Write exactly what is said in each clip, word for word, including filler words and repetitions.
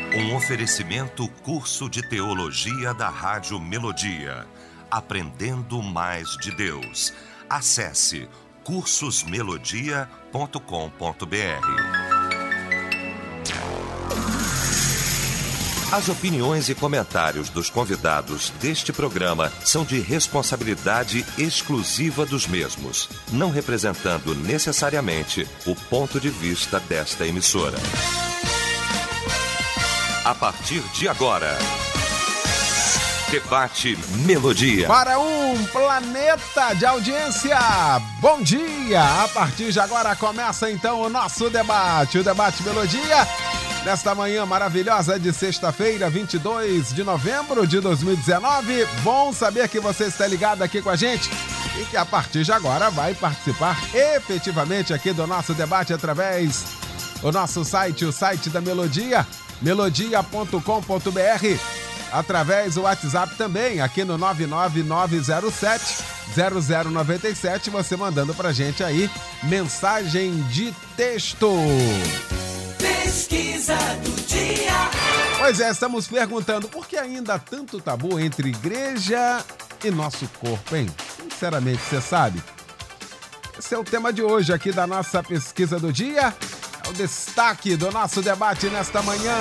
Um oferecimento curso de teologia da Rádio Melodia. Aprendendo mais de Deus. Acesse cursos melodia ponto com ponto b r. As opiniões e comentários dos convidados deste programa são de responsabilidade exclusiva dos mesmos, não representando necessariamente o ponto de vista desta emissora. A partir de agora, Debate Melodia. Para um planeta de audiência, bom dia! A partir de agora começa então o nosso debate, o Debate Melodia, nesta manhã maravilhosa de sexta-feira, vinte e dois de novembro de dois mil e dezenove. Bom saber que você está ligado aqui com a gente e que a partir de agora vai participar efetivamente aqui do nosso debate através do nosso site, o site da Melodia, melodia ponto com ponto b r, através do WhatsApp também, aqui no nove nove nove zero sete zero zero nove sete, você mandando pra gente aí mensagem de texto. Pesquisa do dia. Pois é, estamos perguntando por que ainda há tanto tabu entre igreja e nosso corpo, hein? Sinceramente, você sabe? Esse é o tema de hoje aqui da nossa pesquisa do dia. É o destaque do nosso debate nesta manhã.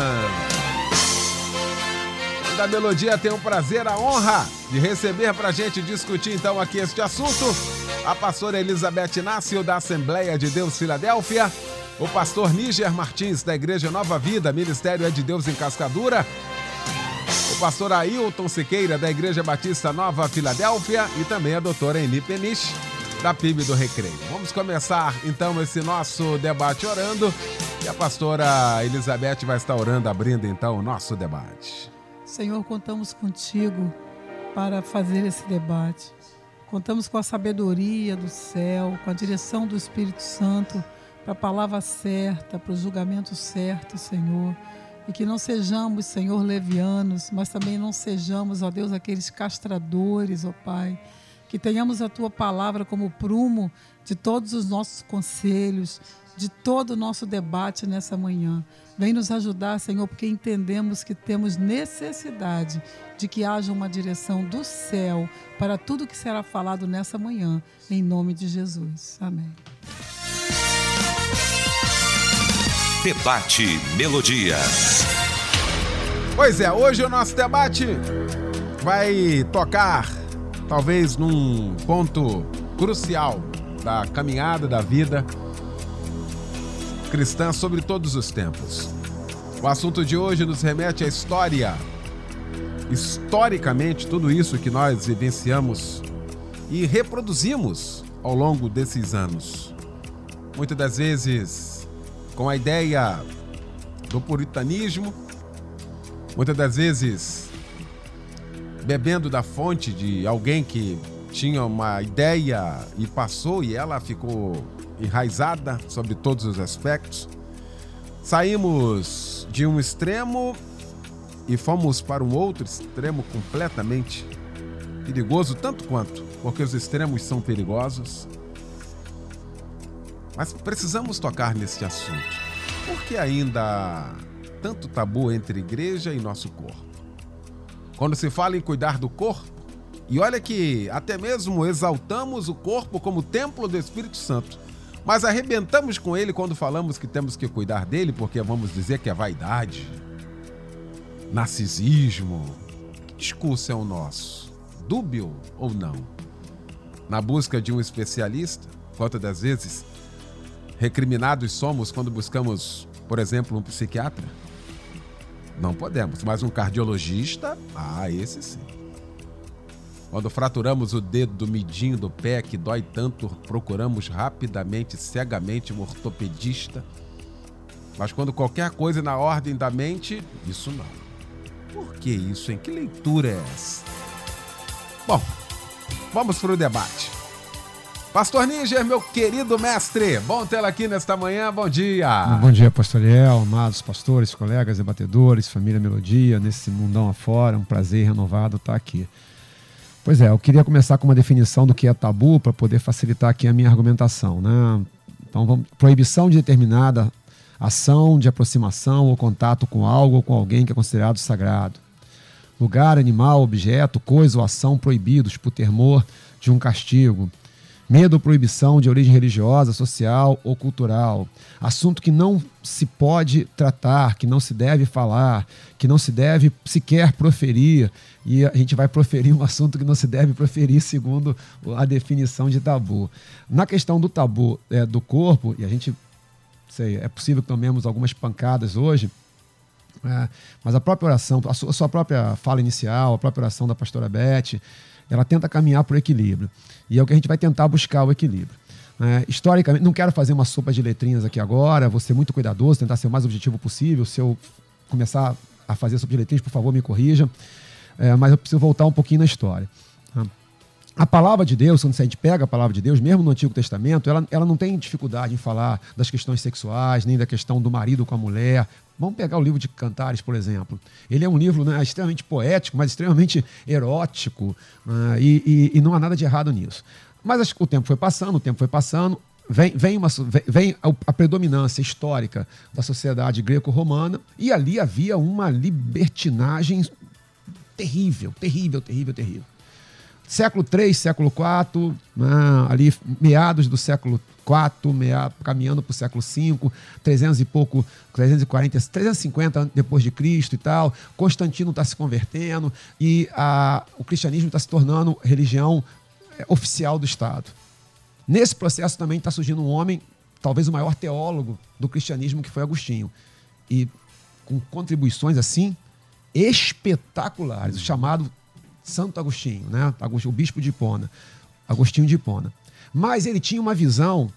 Da Melodia tem o prazer, a honra de receber pra gente discutir então aqui este assunto a pastora Elizabeth Inácio, da Assembleia de Deus Filadélfia, o pastor Níger Martins, da Igreja Nova Vida, Ministério é de Deus em Cascadura, o pastor Ailton Siqueira, da Igreja Batista Nova Filadélfia, e também a doutora Eni Peniche, da P I B do Recreio. Vamos começar então esse nosso debate orando, e a pastora Elizabeth vai estar orando, abrindo então o nosso debate. Senhor, contamos contigo para fazer esse debate. Contamos com a sabedoria do céu, com a direção do Espírito Santo, para a palavra certa, para o julgamento certo, Senhor. E que não sejamos, Senhor, levianos, mas também não sejamos, ó Deus, aqueles castradores, ó Pai. Que tenhamos a Tua palavra como prumo de todos os nossos conselhos, de todo o nosso debate nessa manhã. Vem nos ajudar, Senhor, porque entendemos que temos necessidade de que haja uma direção do céu para tudo que será falado nessa manhã, em nome de Jesus. Amém. Debate Melodia. Pois é, hoje o nosso debate vai tocar, talvez, num ponto crucial da caminhada da vida cristã sobre todos os tempos. O assunto de hoje nos remete à história. Historicamente, tudo isso que nós vivenciamos e reproduzimos ao longo desses anos. Muitas das vezes com a ideia do puritanismo, muitas das vezes bebendo da fonte de alguém que tinha uma ideia e passou e ela ficou enraizada sobre todos os aspectos. Saímos de um extremo e fomos para um outro extremo completamente perigoso, tanto quanto, porque os extremos são perigosos. Mas precisamos tocar nesse assunto. Por que ainda há tanto tabu entre igreja e nosso corpo? Quando se fala em cuidar do corpo, e olha que até mesmo exaltamos o corpo como templo do Espírito Santo, mas arrebentamos com ele quando falamos que temos que cuidar dele, porque vamos dizer que é vaidade, narcisismo. Que discurso é o nosso? Dúbio ou não? Na busca de um especialista, quantas das vezes recriminados somos quando buscamos, por exemplo, um psiquiatra? Não podemos, mas um cardiologista, ah, esse sim. Quando fraturamos o dedo do midinho do pé que dói tanto, procuramos rapidamente, cegamente um ortopedista. Mas quando qualquer coisa na ordem da mente, isso não. Por que isso, hein? Que leitura é essa? Bom, vamos para o debate. Pastor Níger, meu querido mestre, bom tê-lo aqui nesta manhã, bom dia. Bom dia, pastor Eliel, amados pastores, colegas, debatedores, família Melodia, nesse mundão afora, um prazer renovado estar aqui. Pois é, eu queria começar com uma definição do que é tabu para poder facilitar aqui a minha argumentação, né? Então, vamos, proibição de determinada ação de aproximação ou contato com algo ou com alguém que é considerado sagrado. Lugar, animal, objeto, coisa ou ação proibidos por temor de um castigo. Medo ou proibição de origem religiosa, social ou cultural. Assunto que não se pode tratar, que não se deve falar, que não se deve sequer proferir. E a gente vai proferir um assunto que não se deve proferir segundo a definição de tabu. Na questão do tabu é, do corpo, e a gente, sei, é possível que tomemos algumas pancadas hoje, é, mas a própria oração, a sua, a sua própria fala inicial, a própria oração da pastora Beth, ela tenta caminhar para o equilíbrio. E é o que a gente vai tentar buscar, o equilíbrio. É, historicamente, não quero fazer uma sopa de letrinhas aqui agora, vou ser muito cuidadoso, tentar ser o mais objetivo possível. Se eu começar a fazer sopa de letrinhas, por favor, me corrija. É, mas eu preciso voltar um pouquinho na história. A palavra de Deus, quando a gente pega a palavra de Deus, mesmo no Antigo Testamento, ela, ela não tem dificuldade em falar das questões sexuais, nem da questão do marido com a mulher. Vamos pegar o livro de Cantares, por exemplo. Ele é um livro, né, extremamente poético, mas extremamente erótico, né, e, e, e não há nada de errado nisso. Mas acho que o tempo foi passando, o tempo foi passando, vem, vem, uma, vem a, a predominância histórica da sociedade greco-romana, e ali havia uma libertinagem terrível, terrível, terrível, terrível. Século três, século quatro, né, ali meados do século quatro, meado, caminhando para o século cinco, trezentos e pouco, trezentos e quarenta, trezentos e cinquenta depois de Cristo e tal, Constantino está se convertendo e a, o cristianismo está se tornando religião é, oficial do Estado. Nesse processo também está surgindo um homem, talvez o maior teólogo do cristianismo, que foi Agostinho, e com contribuições assim espetaculares, o chamado Santo Agostinho, né? O bispo de Hipona, Agostinho de Hipona. Mas ele tinha uma visão,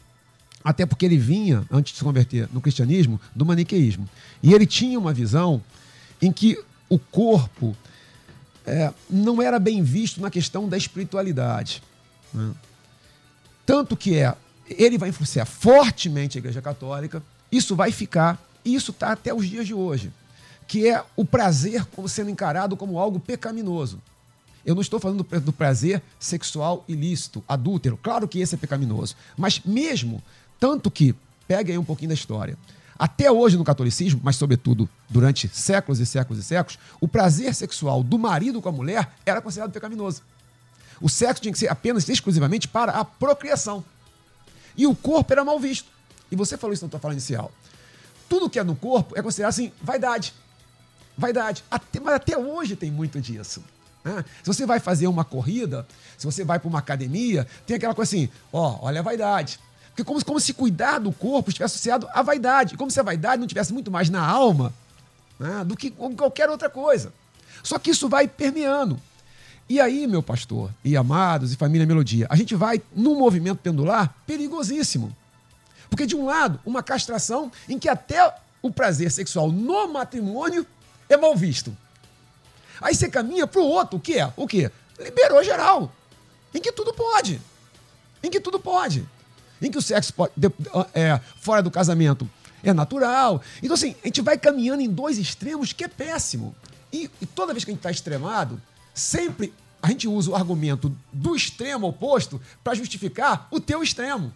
até porque ele vinha, antes de se converter no cristianismo, do maniqueísmo. E ele tinha uma visão em que o corpo é, não era bem visto na questão da espiritualidade, né? Tanto que é, ele vai influenciar fortemente a Igreja Católica, isso vai ficar, e isso está até os dias de hoje, que é o prazer como sendo encarado como algo pecaminoso. Eu não estou falando do prazer sexual ilícito, adúltero. Claro que esse é pecaminoso. Mas mesmo, tanto que, pegue aí um pouquinho da história, até hoje no catolicismo, mas sobretudo durante séculos e séculos e séculos, o prazer sexual do marido com a mulher era considerado pecaminoso. O sexo tinha que ser apenas, exclusivamente, para a procriação. E o corpo era mal visto. E você falou isso na tua fala inicial. Tudo que é no corpo é considerado assim, vaidade. Vaidade. Até, mas até hoje tem muito disso. Né? Se você vai fazer uma corrida, se você vai para uma academia, tem aquela coisa assim, ó, olha a vaidade. Porque como, como se cuidar do corpo estivesse associado à vaidade. Como se a vaidade não tivesse muito mais na alma, né, do que qualquer outra coisa. Só que isso vai permeando. E aí, meu pastor, e amados, e família Melodia, a gente vai num movimento pendular perigosíssimo. Porque, de um lado, uma castração em que até o prazer sexual no matrimônio é mal visto. Aí você caminha para o outro, o que é? O quê? Liberou geral. Em que tudo pode. Em que tudo pode. Em que o sexo pode, é, fora do casamento é natural. Então, assim, a gente vai caminhando em dois extremos que é péssimo. E, e toda vez que a gente está extremado, sempre a gente usa o argumento do extremo oposto para justificar o teu extremo.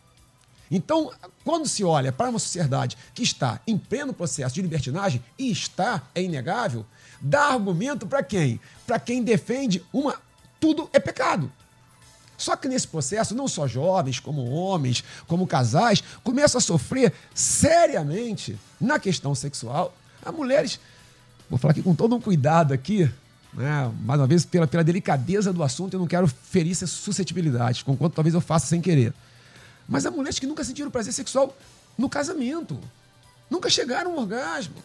Então, quando se olha para uma sociedade que está em pleno processo de libertinagem, e está, é inegável, dá argumento para quem? Para quem defende uma... Tudo é pecado. Só que nesse processo, não só jovens, como homens, como casais, começam a sofrer seriamente na questão sexual. As mulheres, vou falar aqui com todo um cuidado aqui, né? Mais uma vez, pela, pela delicadeza do assunto, eu não quero ferir suscetibilidades, conquanto talvez eu faça sem querer. Mas há mulheres que nunca sentiram prazer sexual no casamento. Nunca chegaram ao orgasmo.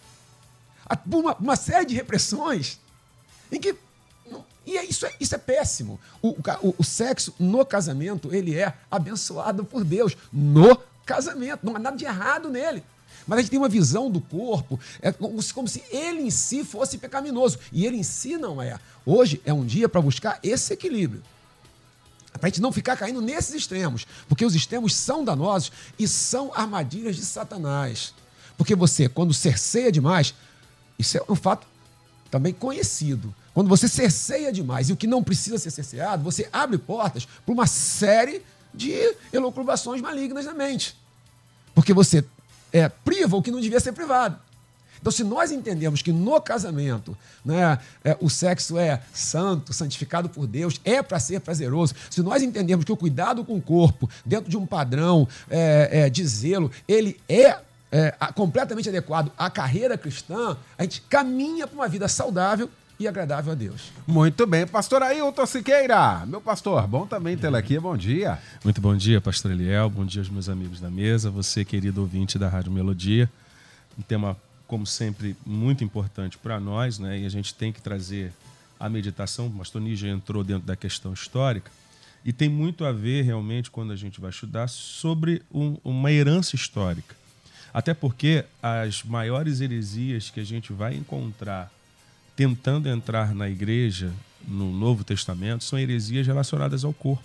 Uma, uma série de repressões em que... E é, isso, é, isso é péssimo. O, o, o sexo no casamento, ele é abençoado por Deus. No casamento. Não há nada de errado nele. Mas a gente tem uma visão do corpo é como, como se ele em si fosse pecaminoso. E ele em si não é. Hoje é um dia para buscar esse equilíbrio. Para a gente não ficar caindo nesses extremos. Porque os extremos são danosos e são armadilhas de Satanás. Porque você, quando cerceia demais, isso é um fato também conhecido. Quando você cerceia demais e o que não precisa ser cerceado, você abre portas para uma série de elucubrações malignas na mente. Porque você é, priva o que não devia ser privado. Então, se nós entendemos que no casamento, né, é, o sexo é santo, santificado por Deus, é para ser prazeroso, se nós entendemos que o cuidado com o corpo, dentro de um padrão é, é, de zelo, ele é, é completamente adequado à carreira cristã, a gente caminha para uma vida saudável e agradável a Deus. Muito bem. Pastor Ailton Siqueira, meu pastor, bom também tê-lo aqui, bom dia. Muito bom dia, pastor Eliel, bom dia aos meus amigos da mesa, você, querido ouvinte da Rádio Melodia. Um tema, como sempre, muito importante para nós, né? E a gente tem que trazer a meditação. O pastor Níger entrou dentro da questão histórica e tem muito a ver, realmente, quando a gente vai estudar, sobre um, uma herança histórica. Até porque as maiores heresias que a gente vai encontrar tentando entrar na igreja, no Novo Testamento, são heresias relacionadas ao corpo.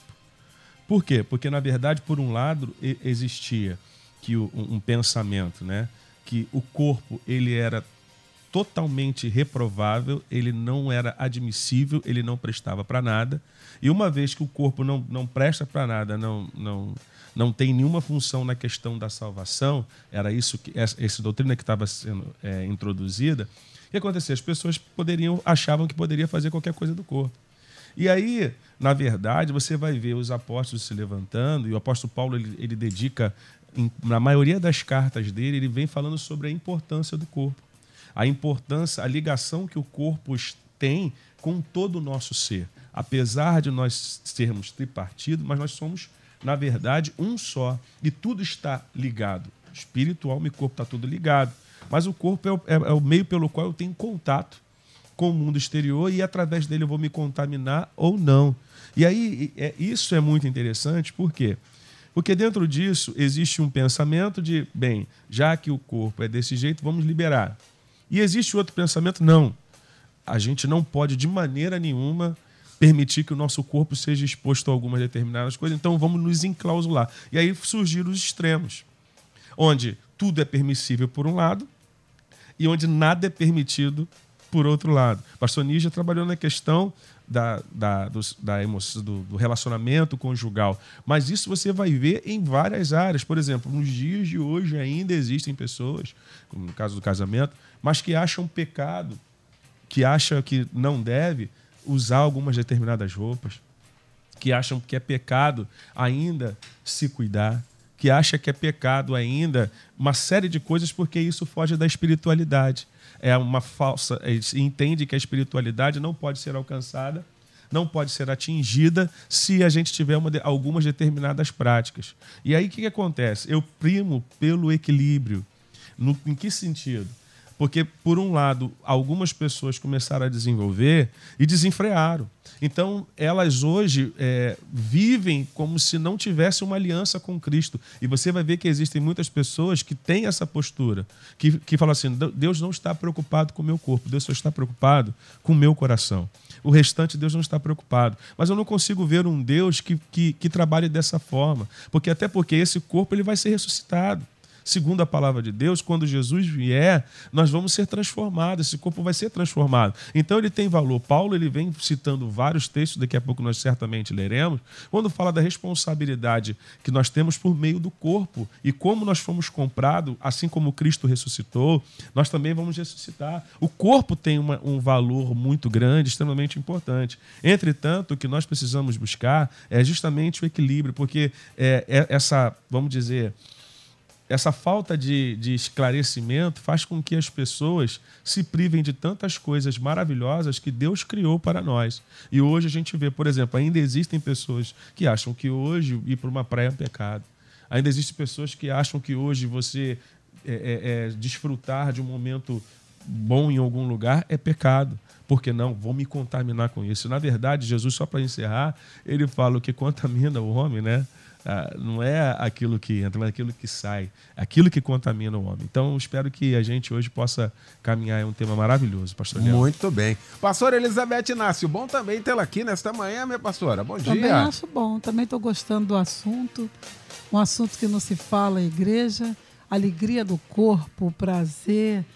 Por quê? Porque, na verdade, por um lado, existia que um, um pensamento, né? Que o corpo ele era totalmente reprovável, ele não era admissível, ele não prestava para nada. E uma vez que o corpo não, não presta para nada, não, não, não tem nenhuma função na questão da salvação, era isso que essa, essa doutrina que estava sendo é, introduzida. O que acontecia? As pessoas poderiam, achavam que poderia fazer qualquer coisa do corpo. E aí, na verdade, você vai ver os apóstolos se levantando, e o apóstolo Paulo ele, ele dedica, em, na maioria das cartas dele, ele vem falando sobre a importância do corpo. A importância, a ligação que o corpo tem com todo o nosso ser. Apesar de nós sermos tripartidos, mas nós somos, na verdade, um só. E tudo está ligado. Espírito, alma e corpo está tudo ligado. Mas o corpo é o, é, é o meio pelo qual eu tenho contato com o mundo exterior e através dele eu vou me contaminar ou não. E aí é, isso é muito interessante, por quê? Porque dentro disso existe um pensamento de, bem, já que o corpo é desse jeito, vamos liberar. E existe outro pensamento, não. A gente não pode de maneira nenhuma permitir que o nosso corpo seja exposto a algumas determinadas coisas, então vamos nos enclausular. E aí surgiram os extremos, onde tudo é permissível por um lado e onde nada é permitido por outro lado. O pastor Níger trabalhou na questão da, da, do, da emoção, do, do relacionamento conjugal, mas isso você vai ver em várias áreas. Por exemplo, nos dias de hoje ainda existem pessoas, como no caso do casamento, mas que acham pecado, que acham que não deve usar algumas determinadas roupas, que acham que é pecado ainda se cuidar, que acha que é pecado ainda uma série de coisas porque isso foge da espiritualidade. É uma falsa... Entende que a espiritualidade não pode ser alcançada, não pode ser atingida se a gente tiver uma, algumas determinadas práticas. E aí o que, que acontece? Eu primo pelo equilíbrio. No, em que sentido? Porque, por um lado, algumas pessoas começaram a desenvolver e desenfrearam. Então, elas hoje é, vivem como se não tivessem uma aliança com Cristo. E você vai ver que existem muitas pessoas que têm essa postura, que, que falam assim, Deus não está preocupado com o meu corpo, Deus só está preocupado com o meu coração. O restante, Deus não está preocupado. Mas eu não consigo ver um Deus que, que, que trabalhe dessa forma. Porque, até porque esse corpo ele vai ser ressuscitado. Segundo a palavra de Deus, quando Jesus vier, nós vamos ser transformados, esse corpo vai ser transformado. Então ele tem valor. Paulo ele vem citando vários textos, daqui a pouco nós certamente leremos, quando fala da responsabilidade que nós temos por meio do corpo e como nós fomos comprados, assim como Cristo ressuscitou, nós também vamos ressuscitar. O corpo tem uma, um valor muito grande, extremamente importante. Entretanto, o que nós precisamos buscar é justamente o equilíbrio, porque é, é essa, vamos dizer... Essa falta de, de esclarecimento faz com que as pessoas se privem de tantas coisas maravilhosas que Deus criou para nós. E hoje a gente vê, por exemplo, ainda existem pessoas que acham que hoje ir para uma praia é um pecado. Ainda existem pessoas que acham que hoje você é, é, é, desfrutar de um momento bom em algum lugar é pecado. Porque não, vou me contaminar com isso. Na verdade, Jesus, só para encerrar, ele fala o que contamina o homem, né? Ah, não é aquilo que entra, mas aquilo que sai, aquilo que contamina o homem. Então, espero que a gente hoje possa caminhar em um tema maravilhoso, pastor Leão. Muito bem. Pastora Elizabeth Inácio, bom também tê-la aqui nesta manhã, minha pastora. Bom também dia. Também acho bom, também estou gostando do assunto, um assunto que não se fala em igreja, alegria do corpo, prazer,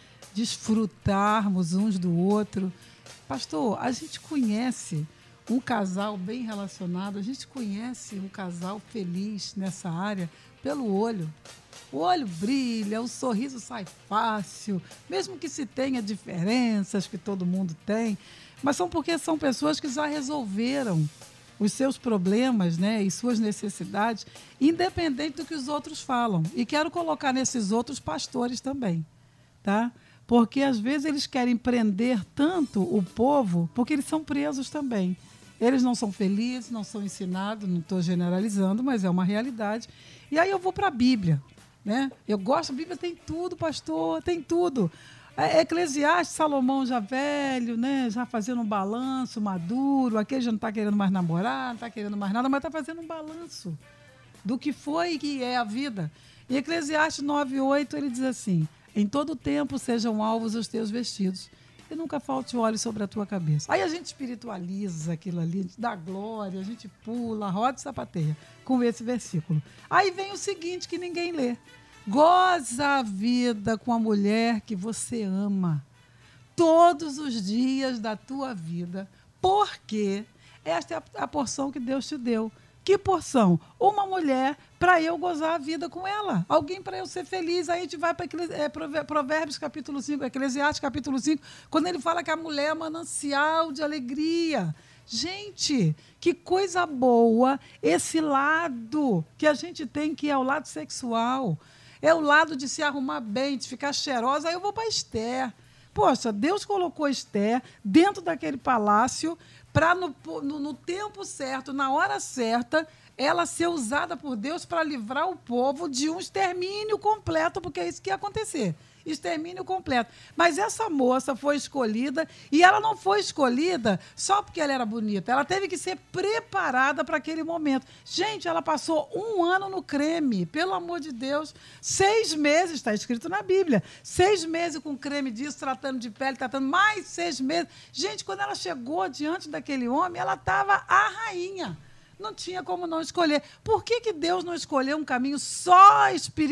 desfrutarmos uns do outro. Pastor, a gente conhece um casal bem relacionado, a gente conhece um casal feliz nessa área, Pelo olho. O olho brilha, o sorriso sai fácil, mesmo que se tenha diferenças que todo mundo tem, mas são porque são pessoas que já resolveram os seus problemas, né, e suas necessidades, independente do que os outros falam. E quero colocar nesses outros pastores também, tá? Porque às vezes eles querem prender tanto o povo, porque eles são presos também. Eles não são felizes, não são ensinados, não estou generalizando, mas é uma realidade. E aí eu vou para a Bíblia. Né? Eu gosto, a Bíblia tem tudo, pastor, tem tudo. É, Eclesiastes, Salomão já velho, né? Já fazendo um balanço maduro, aquele já não está querendo mais namorar, não está querendo mais nada, mas está fazendo um balanço do que foi e que é a vida. Em Eclesiastes nove, oito, ele diz assim: em todo tempo sejam alvos os teus vestidos, e nunca falte óleo sobre a tua cabeça. Aí a gente espiritualiza aquilo ali, a gente dá glória, a gente pula, roda e sapateia com esse versículo. Aí vem o seguinte que ninguém lê: goza a vida com a mulher que você ama todos os dias da tua vida, porque esta é a porção que Deus te deu. Que porção? Uma mulher para eu gozar a vida com ela. Alguém para eu ser feliz. Aí a gente vai para é, Provérbios capítulo cinco, Eclesiastes capítulo cinco, quando ele fala que a mulher é manancial de alegria. Gente, que coisa boa esse lado que a gente tem, que é o lado sexual. É o lado de se arrumar bem, de ficar cheirosa. Aí eu vou para Esther. Poxa, Deus colocou Esther dentro daquele palácio para, no, no, no tempo certo, na hora certa, ela ser usada por Deus para livrar o povo de um extermínio completo, porque é isso que ia acontecer. Extermínio completo. Mas essa moça foi escolhida, e ela não foi escolhida só porque ela era bonita. Ela teve que ser preparada para aquele momento. Gente, ela passou um ano no creme, pelo amor de Deus. Seis meses, está escrito na Bíblia. Seis meses com creme disso, tratando de pele, tratando mais seis meses. Gente, quando ela chegou diante daquele homem, ela estava a rainha. Não tinha como não escolher. Por que que Deus não escolheu um caminho só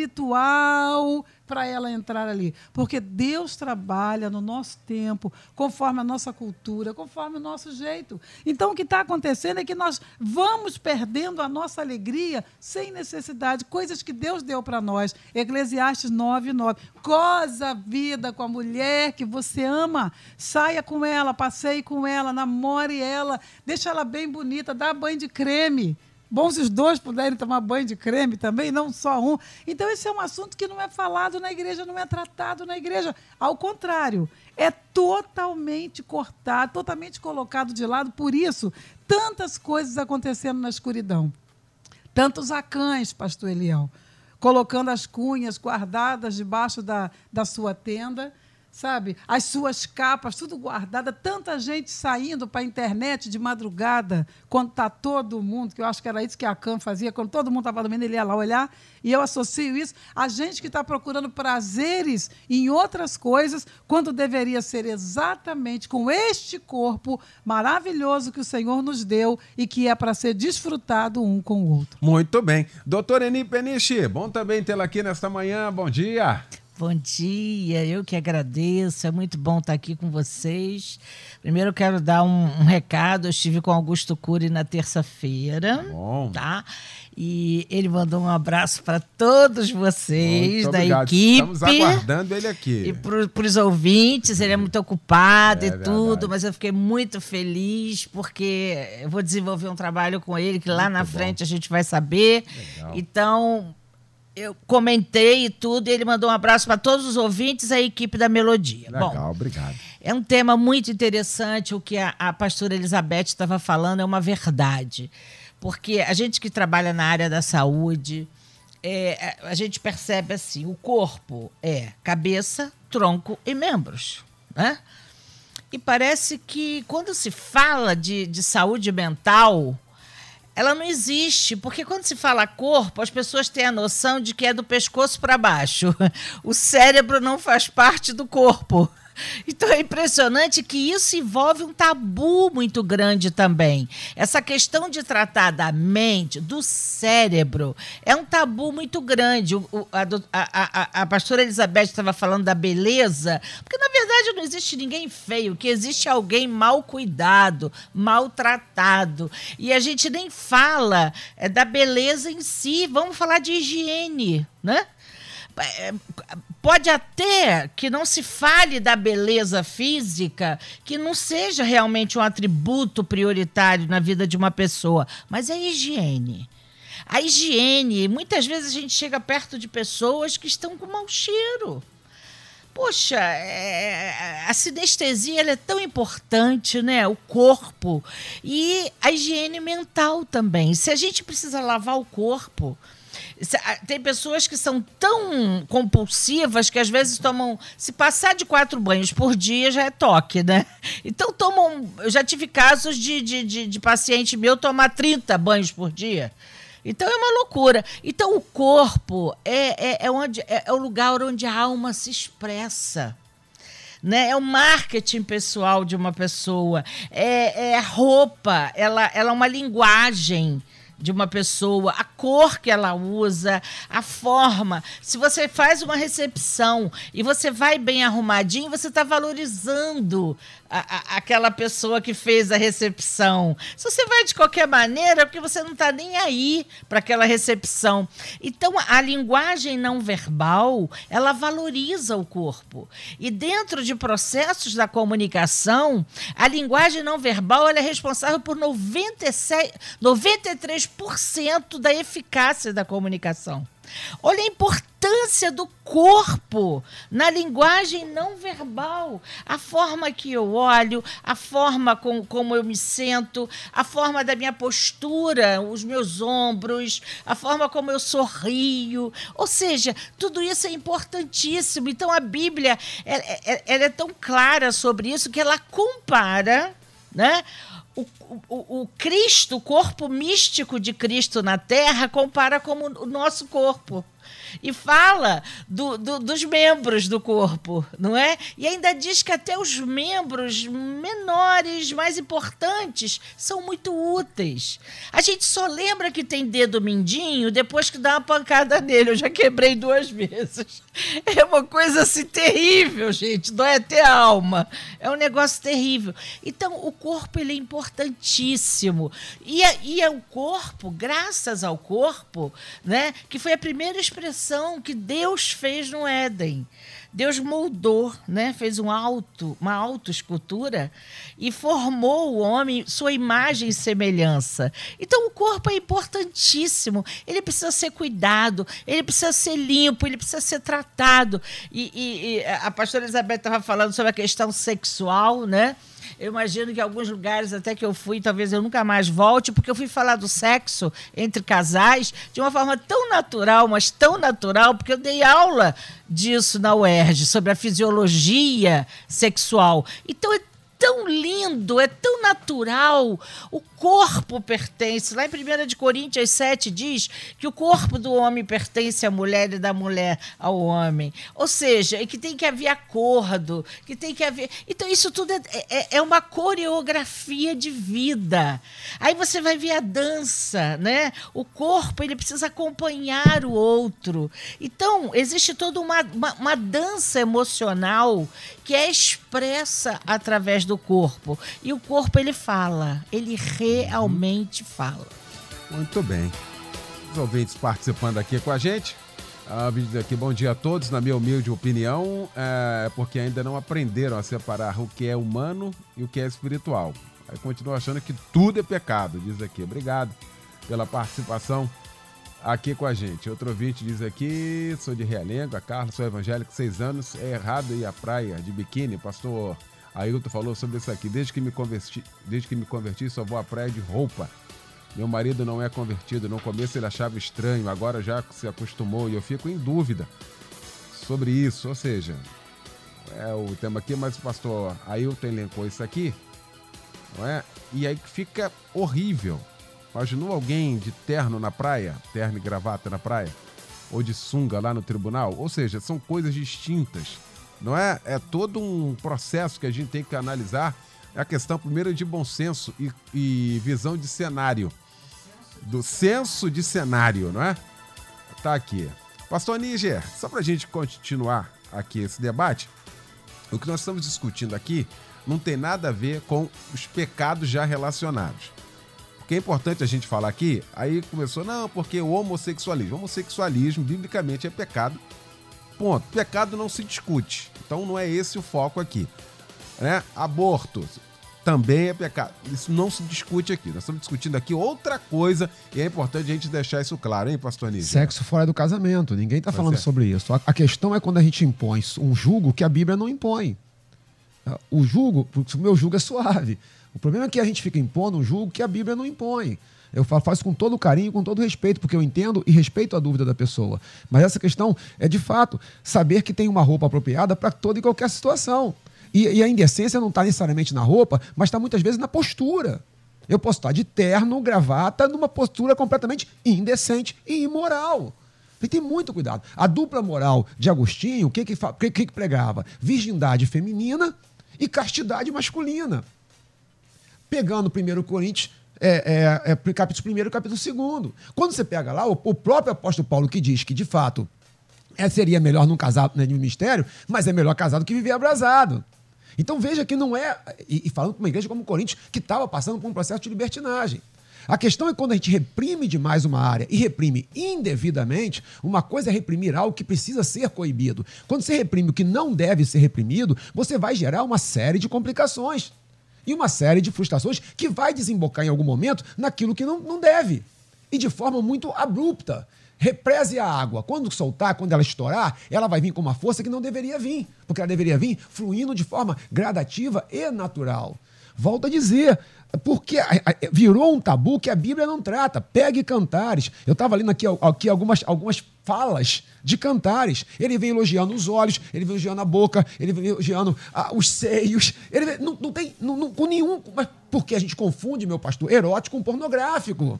espiritual para ela entrar ali? Porque Deus trabalha no nosso tempo, conforme a nossa cultura, conforme o nosso jeito. Então, o que está acontecendo é que nós vamos perdendo a nossa alegria sem necessidade, coisas que Deus deu para nós. Eclesiastes nove, nove. Goza a vida com a mulher que você ama. Saia com ela, passeie com ela, namore ela, deixa ela bem bonita, dá banho de creme. Bom se os dois puderem tomar banho de creme também, não só um. Então, esse é um assunto que não é falado na igreja, não é tratado na igreja. Ao contrário, é totalmente cortado, totalmente colocado de lado. Por isso, tantas coisas acontecendo na escuridão. Tantos acães, pastor Eliel, colocando as cunhas guardadas debaixo da, da sua tenda, sabe? As suas capas, tudo guardada, tanta gente saindo para a internet de madrugada, quando está todo mundo, que eu acho que era isso que a Acã fazia, quando todo mundo estava dormindo, ele ia lá olhar, e eu associo isso a gente que está procurando prazeres em outras coisas, quando deveria ser exatamente com este corpo maravilhoso que o Senhor nos deu e que é para ser desfrutado um com o outro. Muito bem. Doutora Eni Peniche, bom também tê-la aqui nesta manhã, bom dia. Bom dia, eu que agradeço, é muito bom estar aqui com vocês. Primeiro eu quero dar um, um recado, eu estive com Augusto Cury na terça-feira, bom. Tá? E ele mandou um abraço para todos vocês muito da obrigado. equipe. Estamos aguardando ele aqui. E para os ouvintes, ele é muito ocupado é e tudo, verdade. mas eu fiquei muito feliz porque eu vou desenvolver um trabalho com ele que lá muito na bom. frente a gente vai saber. Legal. Então, eu comentei e tudo, e ele mandou um abraço para todos os ouvintes e a equipe da Melodia. Legal, Bom, obrigado. é um tema muito interessante, o que a, a pastora Elizabeth estava falando é uma verdade. Porque a gente que trabalha na área da saúde, é, a gente percebe assim, o corpo é cabeça, tronco e membros, né? E parece que quando se fala de, de saúde mental, ela não existe, porque quando se fala corpo, as pessoas têm a noção de que é do pescoço para baixo. O cérebro não faz parte do corpo. Então é impressionante que isso envolve um tabu muito grande também. Essa questão de tratar da mente, do cérebro, é um tabu muito grande. O, o, a, a, a, a pastora Elizabeth estava falando da beleza, porque na verdade não existe ninguém feio, que existe alguém mal cuidado, maltratado. E a gente nem fala é, da beleza em si, vamos falar de higiene, né? Pode até que não se fale da beleza física, que não seja realmente um atributo prioritário na vida de uma pessoa, mas é a higiene. A higiene, muitas vezes a gente chega perto de pessoas que estão com mau cheiro. Poxa, é, a sinestesia ela é tão importante, né? O corpo. E a higiene mental também. Se a gente precisa lavar o corpo... Tem pessoas que são tão compulsivas que às vezes tomam... Se passar de quatro banhos por dia já é toque, né? Então tomam... Eu já tive casos de, de, de, de paciente meu tomar trinta banhos por dia. Então é uma loucura. Então o corpo é, é, é, onde, é, é o lugar onde a alma se expressa. Né? É o marketing pessoal de uma pessoa. É, é a roupa. Ela, ela é uma linguagem de uma pessoa, a cor que ela usa, a forma. Se você faz uma recepção e você vai bem arrumadinho, você está valorizando a, a, aquela pessoa que fez a recepção. Se você vai de qualquer maneira, é porque você não está nem aí para aquela recepção. Então, a linguagem não verbal, ela valoriza o corpo. E dentro de processos da comunicação, a linguagem não verbal ela é responsável por noventa e seis, noventa e três por cento da eficácia da comunicação. Olha a importância do corpo na linguagem não verbal. A forma que eu olho, a forma com, como eu me sinto, a forma da minha postura, os meus ombros, a forma como eu sorrio. Ou seja, tudo isso é importantíssimo. Então, a Bíblia ela, ela é tão clara sobre isso que ela compara, né? O, o, o Cristo, o corpo místico de Cristo na Terra, compara como o nosso corpo. E fala do, do, dos membros do corpo, não é? E ainda diz que até os membros menores, mais importantes, são muito úteis. A gente só lembra que tem dedo mindinho depois que dá uma pancada nele. Eu já quebrei duas vezes. É uma coisa assim terrível, gente. Dói até a alma. É um negócio terrível. Então, o corpo ele é importantíssimo. E, a, e a, o corpo, graças ao corpo, né, que foi a primeira expressão que Deus fez no Éden. Deus moldou, né? Fez um auto, uma autoescultura e formou o homem sua imagem e semelhança. Então o corpo é importantíssimo, ele precisa ser cuidado, ele precisa ser limpo, ele precisa ser tratado. E, e, e a pastora Elizabeth estava falando sobre a questão sexual, né? Eu imagino que em alguns lugares até que eu fui, talvez eu nunca mais volte, porque eu fui falar do sexo entre casais de uma forma tão natural, mas tão natural, porque eu dei aula disso na U E R J, sobre a fisiologia sexual. Então é tão lindo, é tão natural. O corpo pertence. Lá em primeira de Coríntios sete diz que o corpo do homem pertence à mulher e da mulher ao homem. Ou seja, que tem que haver acordo, que tem que haver... Então, isso tudo é, é, é uma coreografia de vida. Aí você vai ver a dança, né? O corpo, ele precisa acompanhar o outro. Então, existe toda uma, uma, uma dança emocional que é expressa através do corpo. E o corpo, ele fala. Ele realmente fala. Muito bem. Os ouvintes participando aqui com a gente. A vídeo aqui, bom dia a todos. Na minha humilde opinião, é porque ainda não aprenderam a separar o que é humano e o que é espiritual. Aí continua achando que tudo é pecado, diz aqui. Obrigado pela participação aqui com a gente. Outro ouvinte diz aqui, sou de Realengo, a Carla, sou evangélico, seis anos, é errado ir à praia de biquíni, pastor Ailton falou sobre isso aqui, desde que me converti, desde que me converti só vou à praia de roupa. Meu marido não é convertido, no começo ele achava estranho, agora já se acostumou e eu fico em dúvida sobre isso, ou seja, é o tema aqui, mas o pastor Ailton elencou isso aqui, não é? E aí fica horrível. Imaginou alguém de terno na praia, terno e gravata na praia, ou de sunga lá no tribunal? Ou seja, são coisas distintas. não é? É todo um processo que a gente tem que analisar. É a questão, primeiro, de bom senso e, e visão de cenário. Do senso de cenário, não é? Tá aqui. Pastor Níger, só para a gente continuar aqui esse debate, o que nós estamos discutindo aqui não tem nada a ver com os pecados já relacionados. Porque é importante a gente falar aqui, aí começou, não, porque o homossexualismo. O homossexualismo, biblicamente, é pecado. Ponto. Pecado não se discute. Então não é esse o foco aqui. Né? Aborto também é pecado. Isso não se discute aqui. Nós estamos discutindo aqui outra coisa e é importante a gente deixar isso claro, hein, pastor Níger? Sexo fora do casamento. Ninguém está falando é. sobre isso. A, a questão é quando a gente impõe um jugo que a Bíblia não impõe. O jugo, o meu jugo é suave. O problema é que a gente fica impondo um jugo que a Bíblia não impõe. Eu faço com todo carinho, com todo respeito, porque eu entendo e respeito a dúvida da pessoa. Mas essa questão é, de fato, saber que tem uma roupa apropriada para toda e qualquer situação. E, e a indecência não está necessariamente na roupa, mas está muitas vezes na postura. Eu posso estar de terno, gravata, numa postura completamente indecente e imoral. E tem muito cuidado. A dupla moral de Agostinho, o que que, que, que pregava? Virgindade feminina e castidade masculina. Pegando o primeiro Coríntios, é, é, é, capítulo primeiro e capítulo segundo. Quando você pega lá, o, o próprio apóstolo Paulo que diz que, de fato, é, seria melhor não casar, né, no mistério, mas é melhor casado que viver abrasado. Então veja que não é... E, e falando para uma igreja como Coríntios, que estava passando por um processo de libertinagem. A questão é quando a gente reprime demais uma área e reprime indevidamente, uma coisa é reprimir algo que precisa ser coibido. Quando você reprime o que não deve ser reprimido, você vai gerar uma série de complicações. E uma série de frustrações que vai desembocar em algum momento naquilo que não, não deve. E de forma muito abrupta. Represe a água. Quando soltar, quando ela estourar, ela vai vir com uma força que não deveria vir. Porque ela deveria vir fluindo de forma gradativa e natural. Volto a dizer, porque virou um tabu que a Bíblia não trata. Pegue Cantares. Eu estava lendo aqui, aqui algumas, algumas falas de Cantares. Ele vem elogiando os olhos, ele vem elogiando a boca, ele vem elogiando ah, os seios. Ele vem, não, não tem não, não, com nenhum... Mas porque a gente confunde, meu pastor, erótico com pornográfico.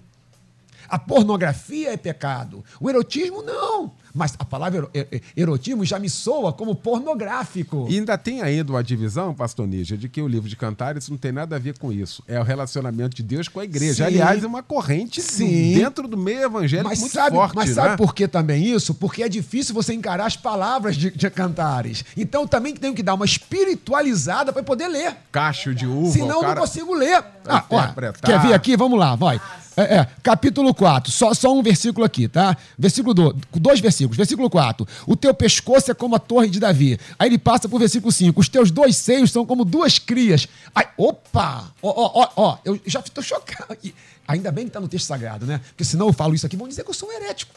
A pornografia é pecado. O erotismo, não. Mas a palavra erotismo já me soa como pornográfico. E ainda tem ainda uma divisão, pastor Níger, de que o livro de Cantares não tem nada a ver com isso. É o relacionamento de Deus com a igreja. Sim. Aliás, é uma corrente Sim. dentro do meio evangélico mas muito sabe, forte. Mas né? sabe por que também isso? Porque é difícil você encarar as palavras de, de Cantares. Então também tenho que dar uma espiritualizada para poder ler. Cacho de uva. Senão cara... eu não consigo ler. Ah, ó, quer ver aqui? Vamos lá, vai. É, é, capítulo quatro, só, só um versículo aqui, tá? Versículo dois, dois versículos. Versículo quatro, o teu pescoço é como a torre de Davi. Aí ele passa pro versículo cinco, os teus dois seios são como duas crias. Aí, opa! Ó, ó, ó, ó, eu já tô chocado. Ainda bem que tá no texto sagrado, né? Porque senão eu falo isso aqui, vão dizer que eu sou um herético.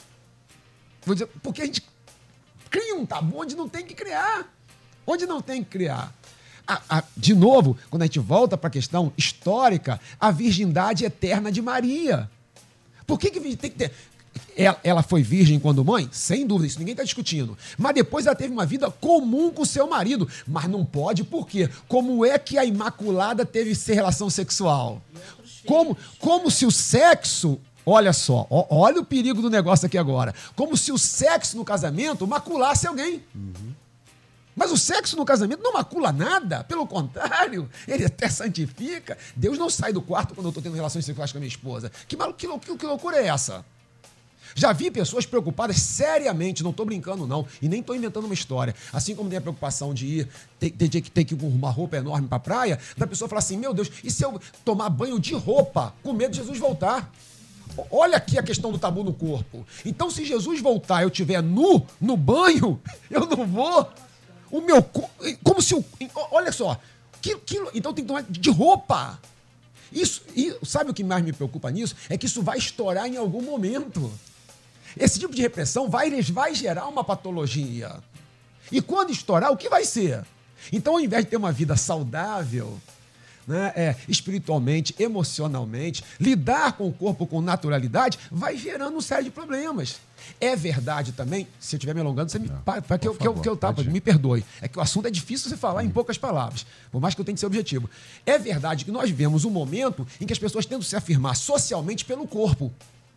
Vou dizer, porque a gente cria um tabu onde não tem que criar. Onde não tem que criar. A, a, de novo, quando a gente volta para a questão histórica, a virgindade eterna de Maria. Por que, que tem que ter... Ela, ela foi virgem quando mãe? Sem dúvida, isso ninguém está discutindo. Mas depois ela teve uma vida comum com o seu marido. Mas não pode, por quê? Como é que a Imaculada teve relação sexual? Como, como se o sexo... Olha só, ó, olha o perigo do negócio aqui agora. Como se o sexo no casamento maculasse alguém. Uhum. Mas o sexo no casamento não macula nada. Pelo contrário, ele até santifica. Deus não sai do quarto quando eu estou tendo relações sexuais com a minha esposa. Que, malu... que, lou... que loucura é essa? Já vi pessoas preocupadas seriamente, não estou brincando não, e nem estou inventando uma história. Assim como tem a preocupação de ir, ter, ter, ter, ter que ir com uma roupa enorme para a praia, da pessoa falar assim, meu Deus, e se eu tomar banho de roupa, com medo de Jesus voltar? Olha aqui a questão do tabu no corpo. Então, se Jesus voltar e eu estiver nu, no banho, eu não vou... O meu corpo, como se o... Olha só, que, que, então tem que tomar de roupa. Isso, e sabe o que mais me preocupa nisso? É que isso vai estourar em algum momento. Esse tipo de repressão vai, vai gerar uma patologia. E quando estourar, o que vai ser? Então, ao invés de ter uma vida saudável, né, é, espiritualmente, emocionalmente, lidar com o corpo com naturalidade, vai gerando um série de problemas. É verdade também, se eu estiver me alongando, você me, Não, para, para que, eu, favor, que, eu, que eu tapa, me perdoe. É que o assunto é difícil você falar hum. em poucas palavras, por mais que eu tenha que ser objetivo. É verdade que nós vivemos um momento em que as pessoas tentam se afirmar socialmente pelo corpo.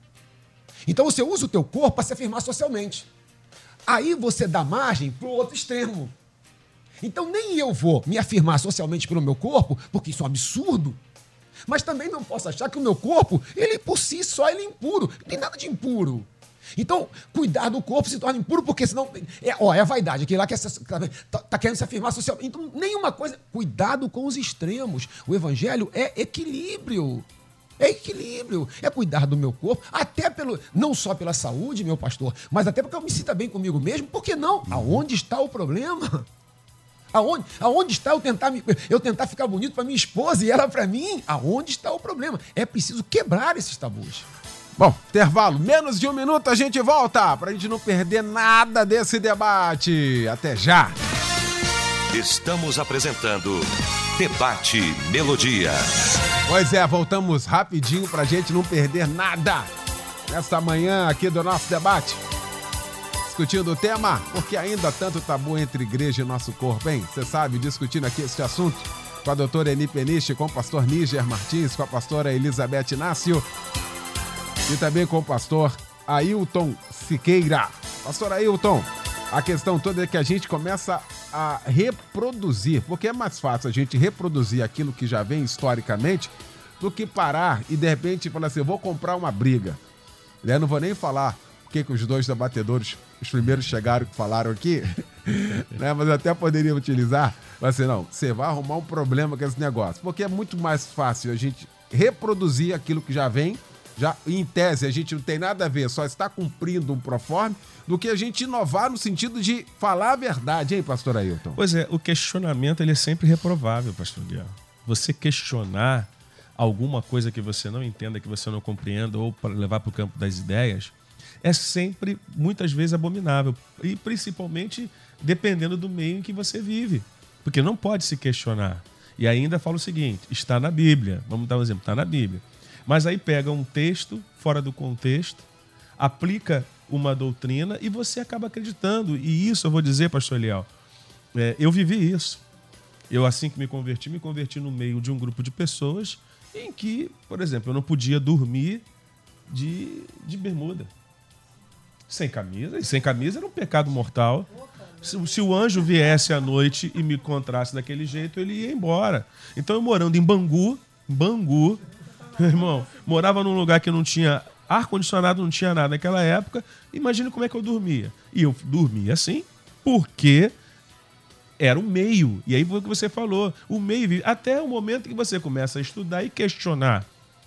Então você usa o teu corpo para se afirmar socialmente. Aí você dá margem para o outro extremo. Então nem eu vou me afirmar socialmente pelo meu corpo, porque isso é um absurdo. Mas também não posso achar que o meu corpo, ele por si só, ele é impuro. Não tem nada de impuro. Então, cuidar do corpo se torna impuro, porque senão... É, ó, é a vaidade, aquele lá que está tá querendo se afirmar socialmente. Então, nenhuma coisa... Cuidado com os extremos. O evangelho é equilíbrio. É equilíbrio. É cuidar do meu corpo, até pelo... Não só pela saúde, meu pastor, mas até porque eu me sinta bem comigo mesmo. Por que não? Aonde está o problema? Aonde, aonde está eu tentar, me, eu tentar ficar bonito para minha esposa e ela para mim? Aonde está o problema? É preciso quebrar esses tabus. Bom, intervalo, menos de um minuto, a gente volta para a gente não perder nada desse debate. Até já! Estamos apresentando Debate Melodia. Pois é, voltamos rapidinho para a gente não perder nada nesta manhã aqui do nosso debate. Discutindo o tema, porque ainda há tanto tabu entre igreja e nosso corpo, hein? Você sabe, discutindo aqui este assunto com a doutora Eni Peniche, com o pastor Níger Martins, com a pastora Elizabeth Inácio e também com o pastor Ailton Siqueira. Pastor Ailton, a questão toda é que a gente começa a reproduzir, porque é mais fácil a gente reproduzir aquilo que já vem historicamente do que parar e de repente falar assim, eu vou comprar uma briga. Eu não vou nem falar o que, que os dois debatedores, os primeiros chegaram que falaram aqui, né? Mas eu até poderia utilizar, mas assim, não, você vai arrumar um problema com esse negócio, porque é muito mais fácil a gente reproduzir aquilo que já vem, já em tese a gente não tem nada a ver, só está cumprindo um proforme, do que a gente inovar no sentido de falar a verdade, hein, pastor Ailton? Pois é, o questionamento ele é sempre reprovável, pastor Guilherme. Você questionar alguma coisa que você não entenda, que você não compreenda, ou para levar para o campo das ideias, é sempre, muitas vezes, abominável. E principalmente dependendo do meio em que você vive. Porque não pode se questionar. E ainda fala o seguinte, está na Bíblia. Vamos dar um exemplo, está na Bíblia. Mas aí pega um texto fora do contexto, aplica uma doutrina e você acaba acreditando. E isso eu vou dizer, pastor Eliel, é, eu vivi isso. Eu, assim que me converti, me converti no meio de um grupo de pessoas em que, por exemplo, eu não podia dormir de, de bermuda. Sem camisa. E sem camisa era um pecado mortal. Se, se o anjo viesse à noite e me encontrasse daquele jeito, ele ia embora. Então, eu morando em Bangu, Bangu, meu irmão, morava num lugar que não tinha ar-condicionado, não tinha nada naquela época. Imagina como é que eu dormia. E eu dormia assim porque era o meio. E aí foi o que você falou. O meio, até o momento que você começa a estudar e questionar.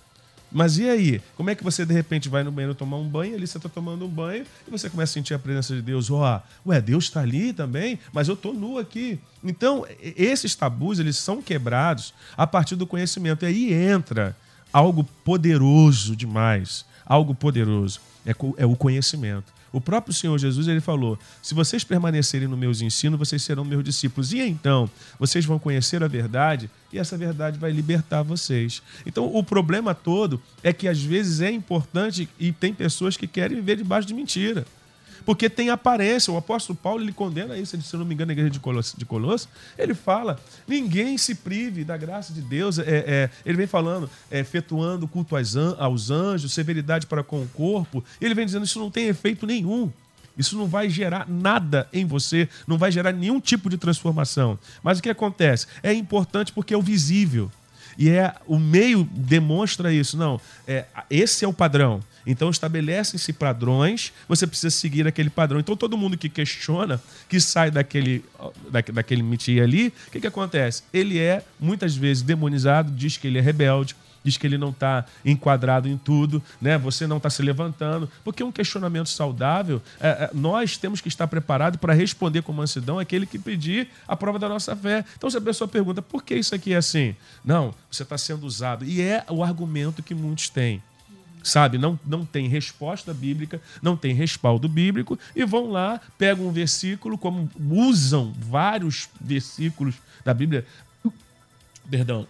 Mas e aí? Como é que você, de repente, vai no banheiro tomar um banho, ali você está tomando um banho, e você começa a sentir a presença de Deus. Ó, oh, ué, Deus está ali também, mas eu estou nu aqui. Então, esses tabus, eles são quebrados a partir do conhecimento. E aí entra algo poderoso demais. Algo poderoso. É, é o conhecimento. O próprio Senhor Jesus, ele falou, se vocês permanecerem no meus ensinos, vocês serão meus discípulos. E então, vocês vão conhecer a verdade e essa verdade vai libertar vocês. Então, o problema todo é que às vezes é importante e tem pessoas que querem viver debaixo de mentira. Porque tem aparência. O apóstolo Paulo, ele condena isso, se eu não me engano, na igreja de Colosso, de Colosso ele fala, ninguém se prive da graça de Deus. É, é, ele vem falando, é, efetuando culto aos anjos, severidade para com o corpo. Ele vem dizendo, isso não tem efeito nenhum. Isso não vai gerar nada em você, não vai gerar nenhum tipo de transformação. Mas o que acontece? É importante porque é o visível. E é, o meio demonstra isso. Não, é, esse é o padrão. Então estabelecem-se padrões, você precisa seguir aquele padrão. Então todo mundo que questiona, que sai daquele, da, daquele métier ali, o que, que acontece? Ele é muitas vezes demonizado, diz que ele é rebelde, diz que ele não está enquadrado em tudo, né? Você não está se levantando, porque um questionamento saudável, é, é, nós temos que estar preparados para responder com mansidão aquele que pedir a prova da nossa fé. Então se a pessoa pergunta, por que isso aqui é assim? Não, você está sendo usado. E é o argumento que muitos têm. Sabe, não, não tem resposta bíblica, não tem respaldo bíblico, e vão lá, pegam um versículo, como usam vários versículos da Bíblia, perdão,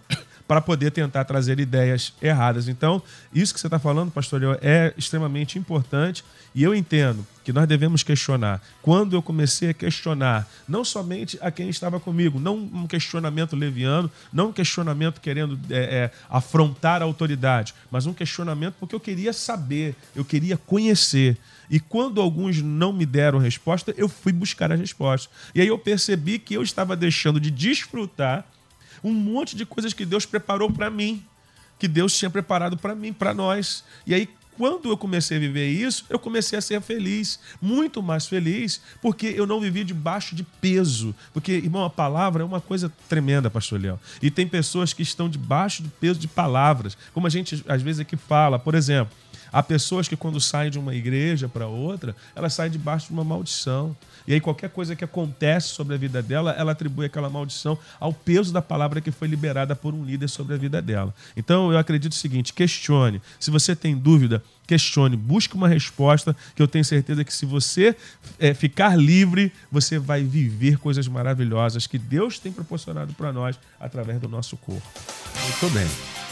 para poder tentar trazer ideias erradas. Então, isso que você está falando, pastor Léo, é extremamente importante e eu entendo que nós devemos questionar. Quando eu comecei a questionar, não somente a quem estava comigo, não um questionamento leviano, não um questionamento querendo é, é, afrontar a autoridade, mas um questionamento porque eu queria saber, eu queria conhecer. E quando alguns não me deram resposta, eu fui buscar as respostas. E aí eu percebi que eu estava deixando de desfrutar um monte de coisas que Deus preparou para mim, que Deus tinha preparado para mim, para nós. E aí, quando eu comecei a viver isso, eu comecei a ser feliz, muito mais feliz, porque eu não vivi debaixo de peso. Porque, irmão, a palavra é uma coisa tremenda, pastor Léo. E tem pessoas que estão debaixo do peso de palavras, como a gente às vezes aqui fala. Por exemplo, há pessoas que quando saem de uma igreja para outra, elas saem debaixo de uma maldição. E aí qualquer coisa que acontece sobre a vida dela, ela atribui aquela maldição ao peso da palavra que foi liberada por um líder sobre a vida dela. Então eu acredito o seguinte, questione. Se você tem dúvida, questione, busque uma resposta, que eu tenho certeza que se você é, ficar livre, você vai viver coisas maravilhosas que Deus tem proporcionado para nós através do nosso corpo. Muito bem.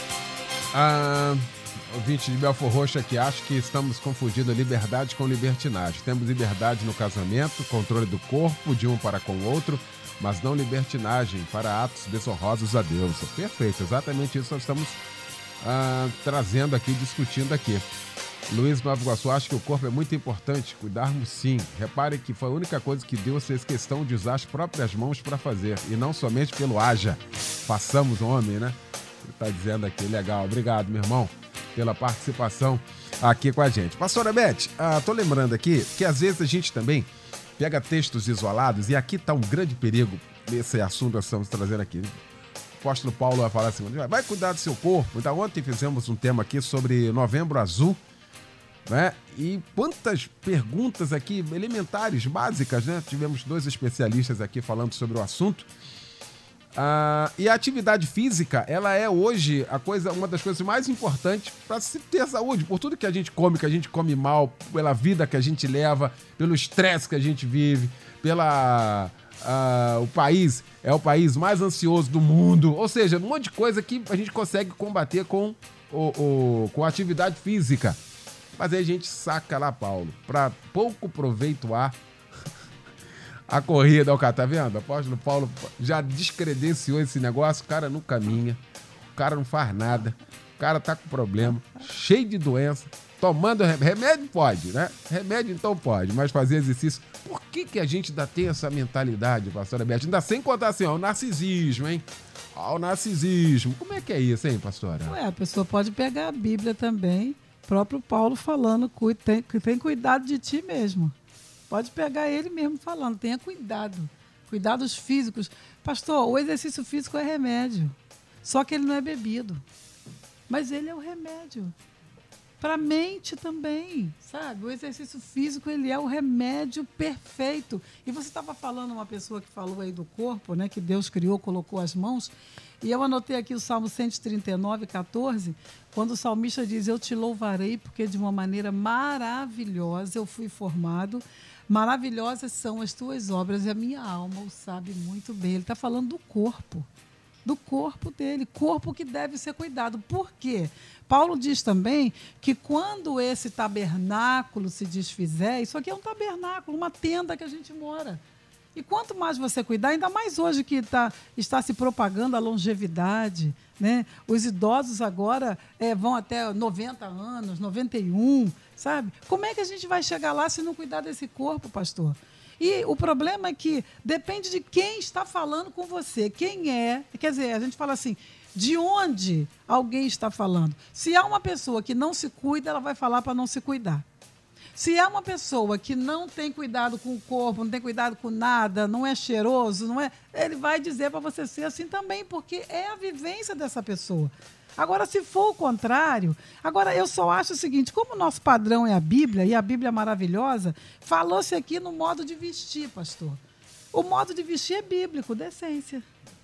Ah... Ouvinte de Belfor Roxo aqui, acho que estamos confundindo liberdade com libertinagem. Temos liberdade no casamento, controle do corpo de um para com o outro, mas não libertinagem para atos desonrosos a Deus. Perfeito, exatamente isso nós estamos ah, trazendo aqui, discutindo aqui. Luiz Nova Iguaçu, acho que o corpo é muito importante, cuidarmos sim. Repare que foi a única coisa que Deus fez questão de usar as próprias mãos para fazer, e não somente pelo haja. Façamos homem, né? Ele está dizendo aqui, legal. Obrigado, meu irmão, pela participação aqui com a gente. Pastora Beth, ah, tô lembrando aqui que às vezes a gente também pega textos isolados, e aqui está um grande perigo nesse assunto que nós estamos trazendo aqui. O apóstolo Paulo vai falar assim, vai cuidar do seu corpo. Então ontem fizemos um tema aqui sobre Novembro Azul, né? E quantas perguntas aqui elementares, básicas, né? Tivemos dois especialistas aqui falando sobre o assunto. Ah, e a atividade física, ela é hoje a coisa, uma das coisas mais importantes para se ter saúde, por tudo que a gente come, que a gente come mal, pela vida que a gente leva, pelo estresse que a gente vive, pela ah, o país é o país mais ansioso do mundo, ou seja, um monte de coisa que a gente consegue combater com, o, o, com a atividade física. Mas aí a gente saca lá, Paulo, para pouco proveito há a corrida, ó, cara, tá vendo? O apóstolo Paulo já descredenciou esse negócio, o cara não caminha, o cara não faz nada, o cara tá com problema, cheio de doença, tomando remédio, pode, né? Remédio então pode, mas fazer exercício. Por que que a gente ainda tem essa mentalidade, pastora Beth? Ainda sem contar assim, ó, o narcisismo, hein? Ó, o narcisismo. Como é que é isso, hein, pastora? Ué, a pessoa pode pegar a Bíblia também, próprio Paulo falando, tem, tem cuidado de ti mesmo. Pode pegar ele mesmo falando, tenha cuidado. Cuidados físicos. Pastor, o exercício físico é remédio. Só que ele não é bebido. Mas ele é o remédio. Para a mente também, sabe? O exercício físico, ele é o remédio perfeito. E você estava falando, uma pessoa que falou aí do corpo, né? Que Deus criou, colocou as mãos. E eu anotei aqui o Salmo cento e trinta e nove, quatorze, quando o salmista diz, eu te louvarei porque de uma maneira maravilhosa eu fui formado. Maravilhosas são as tuas obras e a minha alma o sabe muito bem. Ele está falando do corpo, do corpo dele, corpo que deve ser cuidado. Por quê? Paulo diz também que quando esse tabernáculo se desfizer, isso aqui é um tabernáculo, uma tenda que a gente mora. E quanto mais você cuidar, ainda mais hoje que tá, está se propagando a longevidade, né? Os idosos agora é, vão até noventa anos, noventa e um, sabe? Como é que a gente vai chegar lá se não cuidar desse corpo, pastor? E o problema é que depende de quem está falando com você, quem é. Quer dizer, a gente fala assim, de onde alguém está falando. Se há uma pessoa que não se cuida, ela vai falar para não se cuidar. Se é uma pessoa que não tem cuidado com o corpo, não tem cuidado com nada, não é cheiroso, não é, ele vai dizer para você ser assim também, porque é a vivência dessa pessoa. Agora, se for o contrário, agora eu só acho o seguinte, como o nosso padrão é a Bíblia, e a Bíblia é maravilhosa, falou-se aqui no modo de vestir, pastor. O modo de vestir é bíblico, decência.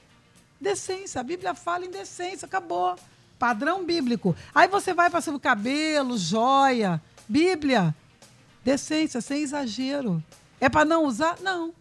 Decência, a Bíblia fala em decência, acabou. Padrão bíblico. Aí você vai para o cabelo, joia, Bíblia... Decência, sem exagero. É para não usar? Não.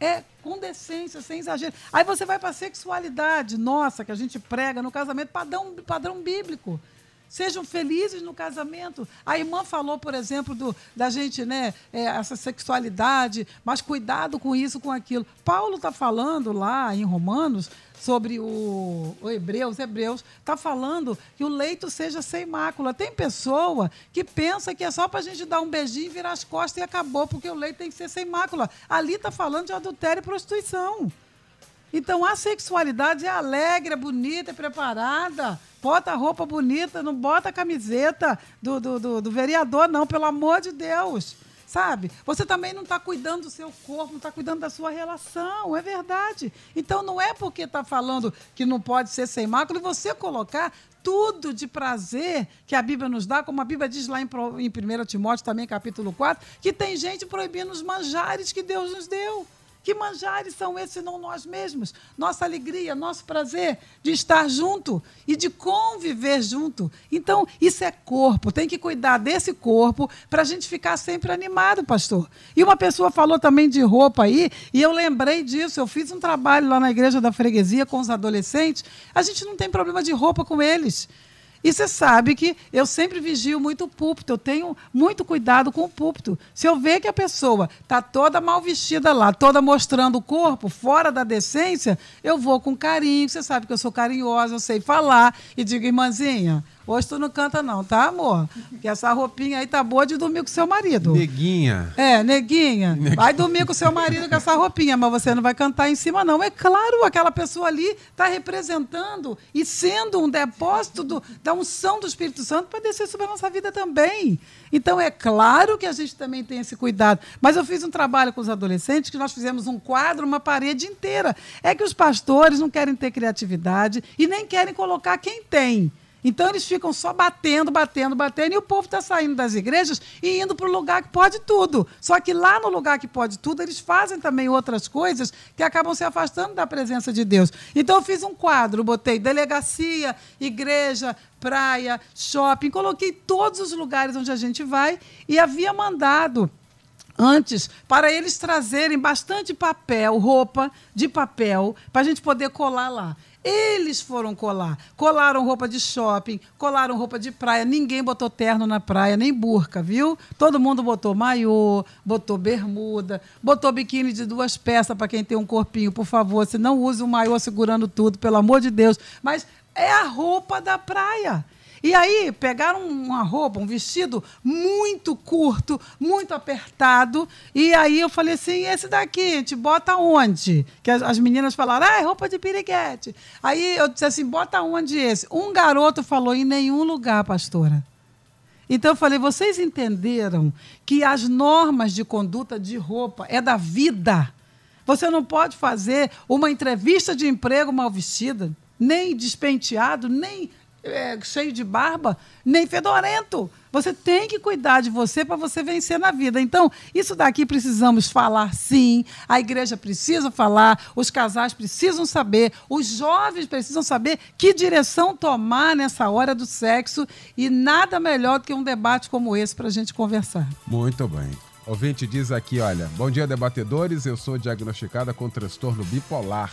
É com decência, sem exagero. Aí você vai para a sexualidade, nossa, que a gente prega no casamento, padrão, padrão bíblico. Sejam felizes no casamento. A irmã falou, por exemplo, do, da gente, né, é, essa sexualidade, mas cuidado com isso, com aquilo. Paulo está falando lá em Romanos sobre o, o Hebreus, Hebreus, está falando que o leito seja sem mácula. Tem pessoa que pensa que é só para a gente dar um beijinho, virar as costas e acabou, porque o leito tem que ser sem mácula. Ali está falando de adultério e prostituição. Então, a sexualidade é alegre, é bonita, é preparada. Bota a roupa bonita, não bota a camiseta do, do, do, do vereador, não, pelo amor de Deus. Sabe? Você também não está cuidando do seu corpo, não está cuidando da sua relação, é verdade. Então, não é porque está falando que não pode ser sem mácula e você colocar tudo de prazer que a Bíblia nos dá, como a Bíblia diz lá em, em primeiro Timóteo, também capítulo quatro, que tem gente proibindo os manjares que Deus nos deu. Que manjares são esses, não nós mesmos? Nossa alegria, nosso prazer de estar junto e de conviver junto. Então, isso é corpo, tem que cuidar desse corpo para a gente ficar sempre animado, pastor. E uma pessoa falou também de roupa aí, e eu lembrei disso. Eu fiz um trabalho lá na Igreja da Freguesia com os adolescentes. A gente não tem problema de roupa com eles. E você sabe que eu sempre vigio muito o púlpito, eu tenho muito cuidado com o púlpito. Se eu ver que a pessoa está toda mal vestida lá, toda mostrando o corpo, fora da decência, eu vou com carinho. Você sabe que eu sou carinhosa, eu sei falar. E digo, irmãzinha, hoje tu não canta não, tá, amor? Porque essa roupinha aí tá boa de dormir com seu marido. Neguinha. É, neguinha. Neguinha. Vai dormir com seu marido com essa roupinha, mas você não vai cantar em cima, não. É claro, aquela pessoa ali está representando e sendo um depósito do, da unção do Espírito Santo para descer sobre a nossa vida também. Então, é claro que a gente também tem esse cuidado. Mas eu fiz um trabalho com os adolescentes, que nós fizemos um quadro, uma parede inteira. É que os pastores não querem ter criatividade e nem querem colocar quem tem. Então, eles ficam só batendo, batendo, batendo, e o povo está saindo das igrejas e indo para o lugar que pode tudo. Só que lá no lugar que pode tudo, eles fazem também outras coisas que acabam se afastando da presença de Deus. Então, eu fiz um quadro, botei delegacia, igreja, praia, shopping, coloquei todos os lugares onde a gente vai e havia mandado antes para eles trazerem bastante papel, roupa de papel, para a gente poder colar lá. Eles foram colar. Colaram roupa de shopping, colaram roupa de praia. Ninguém botou terno na praia, nem burca, viu? Todo mundo botou maiô, botou bermuda, botou biquíni de duas peças para quem tem um corpinho, por favor. Se não use um maiô segurando tudo, pelo amor de Deus. Mas é a roupa da praia. E aí, pegaram uma roupa, um vestido muito curto, muito apertado, e aí eu falei assim, esse daqui, a gente bota onde? Que as, as meninas falaram, ah, é roupa de piriguete. Aí eu disse assim, bota onde esse? Um garoto falou, em nenhum lugar, pastora. Então eu falei, vocês entenderam que as normas de conduta de roupa é da vida? Você não pode fazer uma entrevista de emprego mal vestida, nem despenteado, nem... É, cheio de barba, nem fedorento. Você tem que cuidar de você para você vencer na vida. Então, isso daqui precisamos falar sim, a igreja precisa falar, os casais precisam saber, os jovens precisam saber que direção tomar nessa hora do sexo e nada melhor do que um debate como esse para a gente conversar. Muito bem. O ouvinte diz aqui, olha, bom dia, debatedores, eu sou diagnosticada com transtorno bipolar.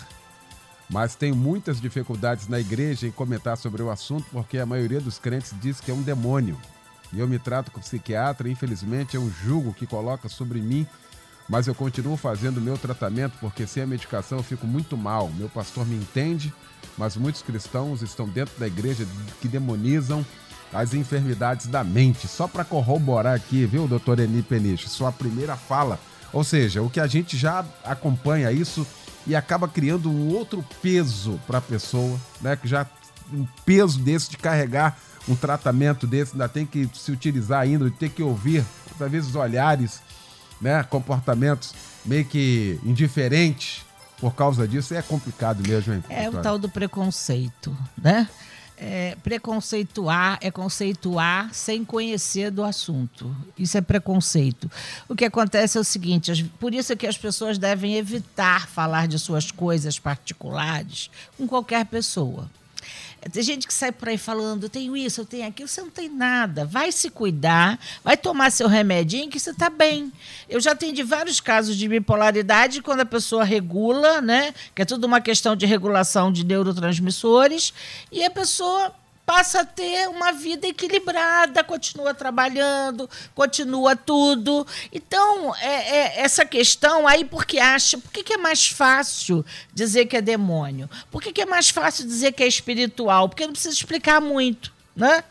Mas tenho muitas dificuldades na igreja em comentar sobre o assunto porque a maioria dos crentes diz que é um demônio. E eu me trato com psiquiatra e, infelizmente, é um jugo que coloca sobre mim, mas eu continuo fazendo o meu tratamento porque sem a medicação eu fico muito mal. Meu pastor me entende, mas muitos cristãos estão dentro da igreja que demonizam as enfermidades da mente. Só para corroborar aqui, viu, doutor Eni Peniche, sua primeira fala. Ou seja, o que a gente já acompanha isso... e acaba criando um outro peso para a pessoa, né? Que já um peso desse de carregar um tratamento desse, ainda tem que se utilizar ainda, tem que ouvir, às vezes, os olhares, né? Comportamentos meio que indiferentes por causa disso. É complicado mesmo, hein? É o tal do preconceito, né? É, preconceituar é conceituar sem conhecer do assunto. Isso é preconceito. O que acontece é o seguinte, as, por isso é que as pessoas devem evitar falar de suas coisas particulares com qualquer pessoa. Tem gente que sai por aí falando, eu tenho isso, eu tenho aquilo. Você não tem nada. Vai se cuidar, vai tomar seu remedinho que você está bem. Eu já atendi vários casos de bipolaridade quando a pessoa regula, né? Que é tudo uma questão de regulação de neurotransmissores, e a pessoa passa a ter uma vida equilibrada, continua trabalhando, continua tudo. Então, é, é, essa questão aí, porque acha... Por que, que é mais fácil dizer que é demônio? Por que, que é mais fácil dizer que é espiritual? Porque não precisa explicar muito, né?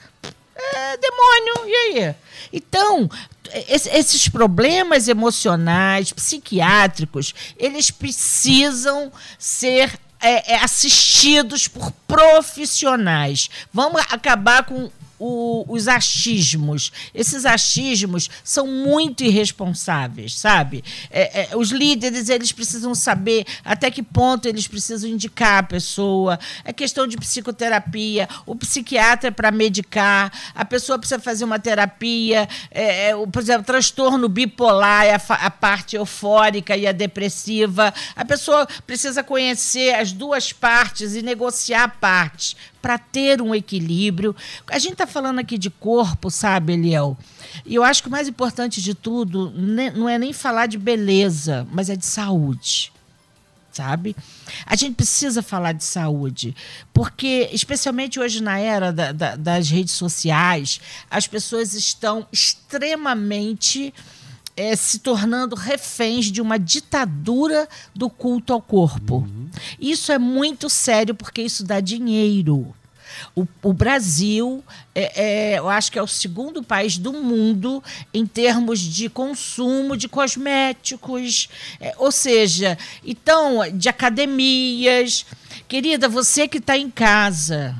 É demônio, e aí? Então, esses problemas emocionais, psiquiátricos, eles precisam ser É, é, assistidos por profissionais. Vamos acabar com o, os achismos. Esses achismos são muito irresponsáveis, sabe? É, é, os líderes, eles precisam saber até que ponto eles precisam indicar a pessoa. É questão de psicoterapia. O psiquiatra é para medicar. A pessoa precisa fazer uma terapia. É, é, por exemplo, transtorno bipolar, é a, a parte eufórica e a depressiva. A pessoa precisa conhecer as duas partes e negociar partes para ter um equilíbrio. A gente está falando aqui de corpo, sabe, Eliel? E eu acho que o mais importante de tudo não é nem falar de beleza, mas é de saúde, sabe? A gente precisa falar de saúde, porque, especialmente hoje na era da, da, das redes sociais, as pessoas estão extremamente é, se tornando reféns de uma ditadura do culto ao corpo. Uhum. Isso é muito sério, porque isso dá dinheiro. O, o Brasil, é, é, eu acho que é o segundo país do mundo em termos de consumo de cosméticos, é, ou seja, então, de academias. Querida, você que está em casa,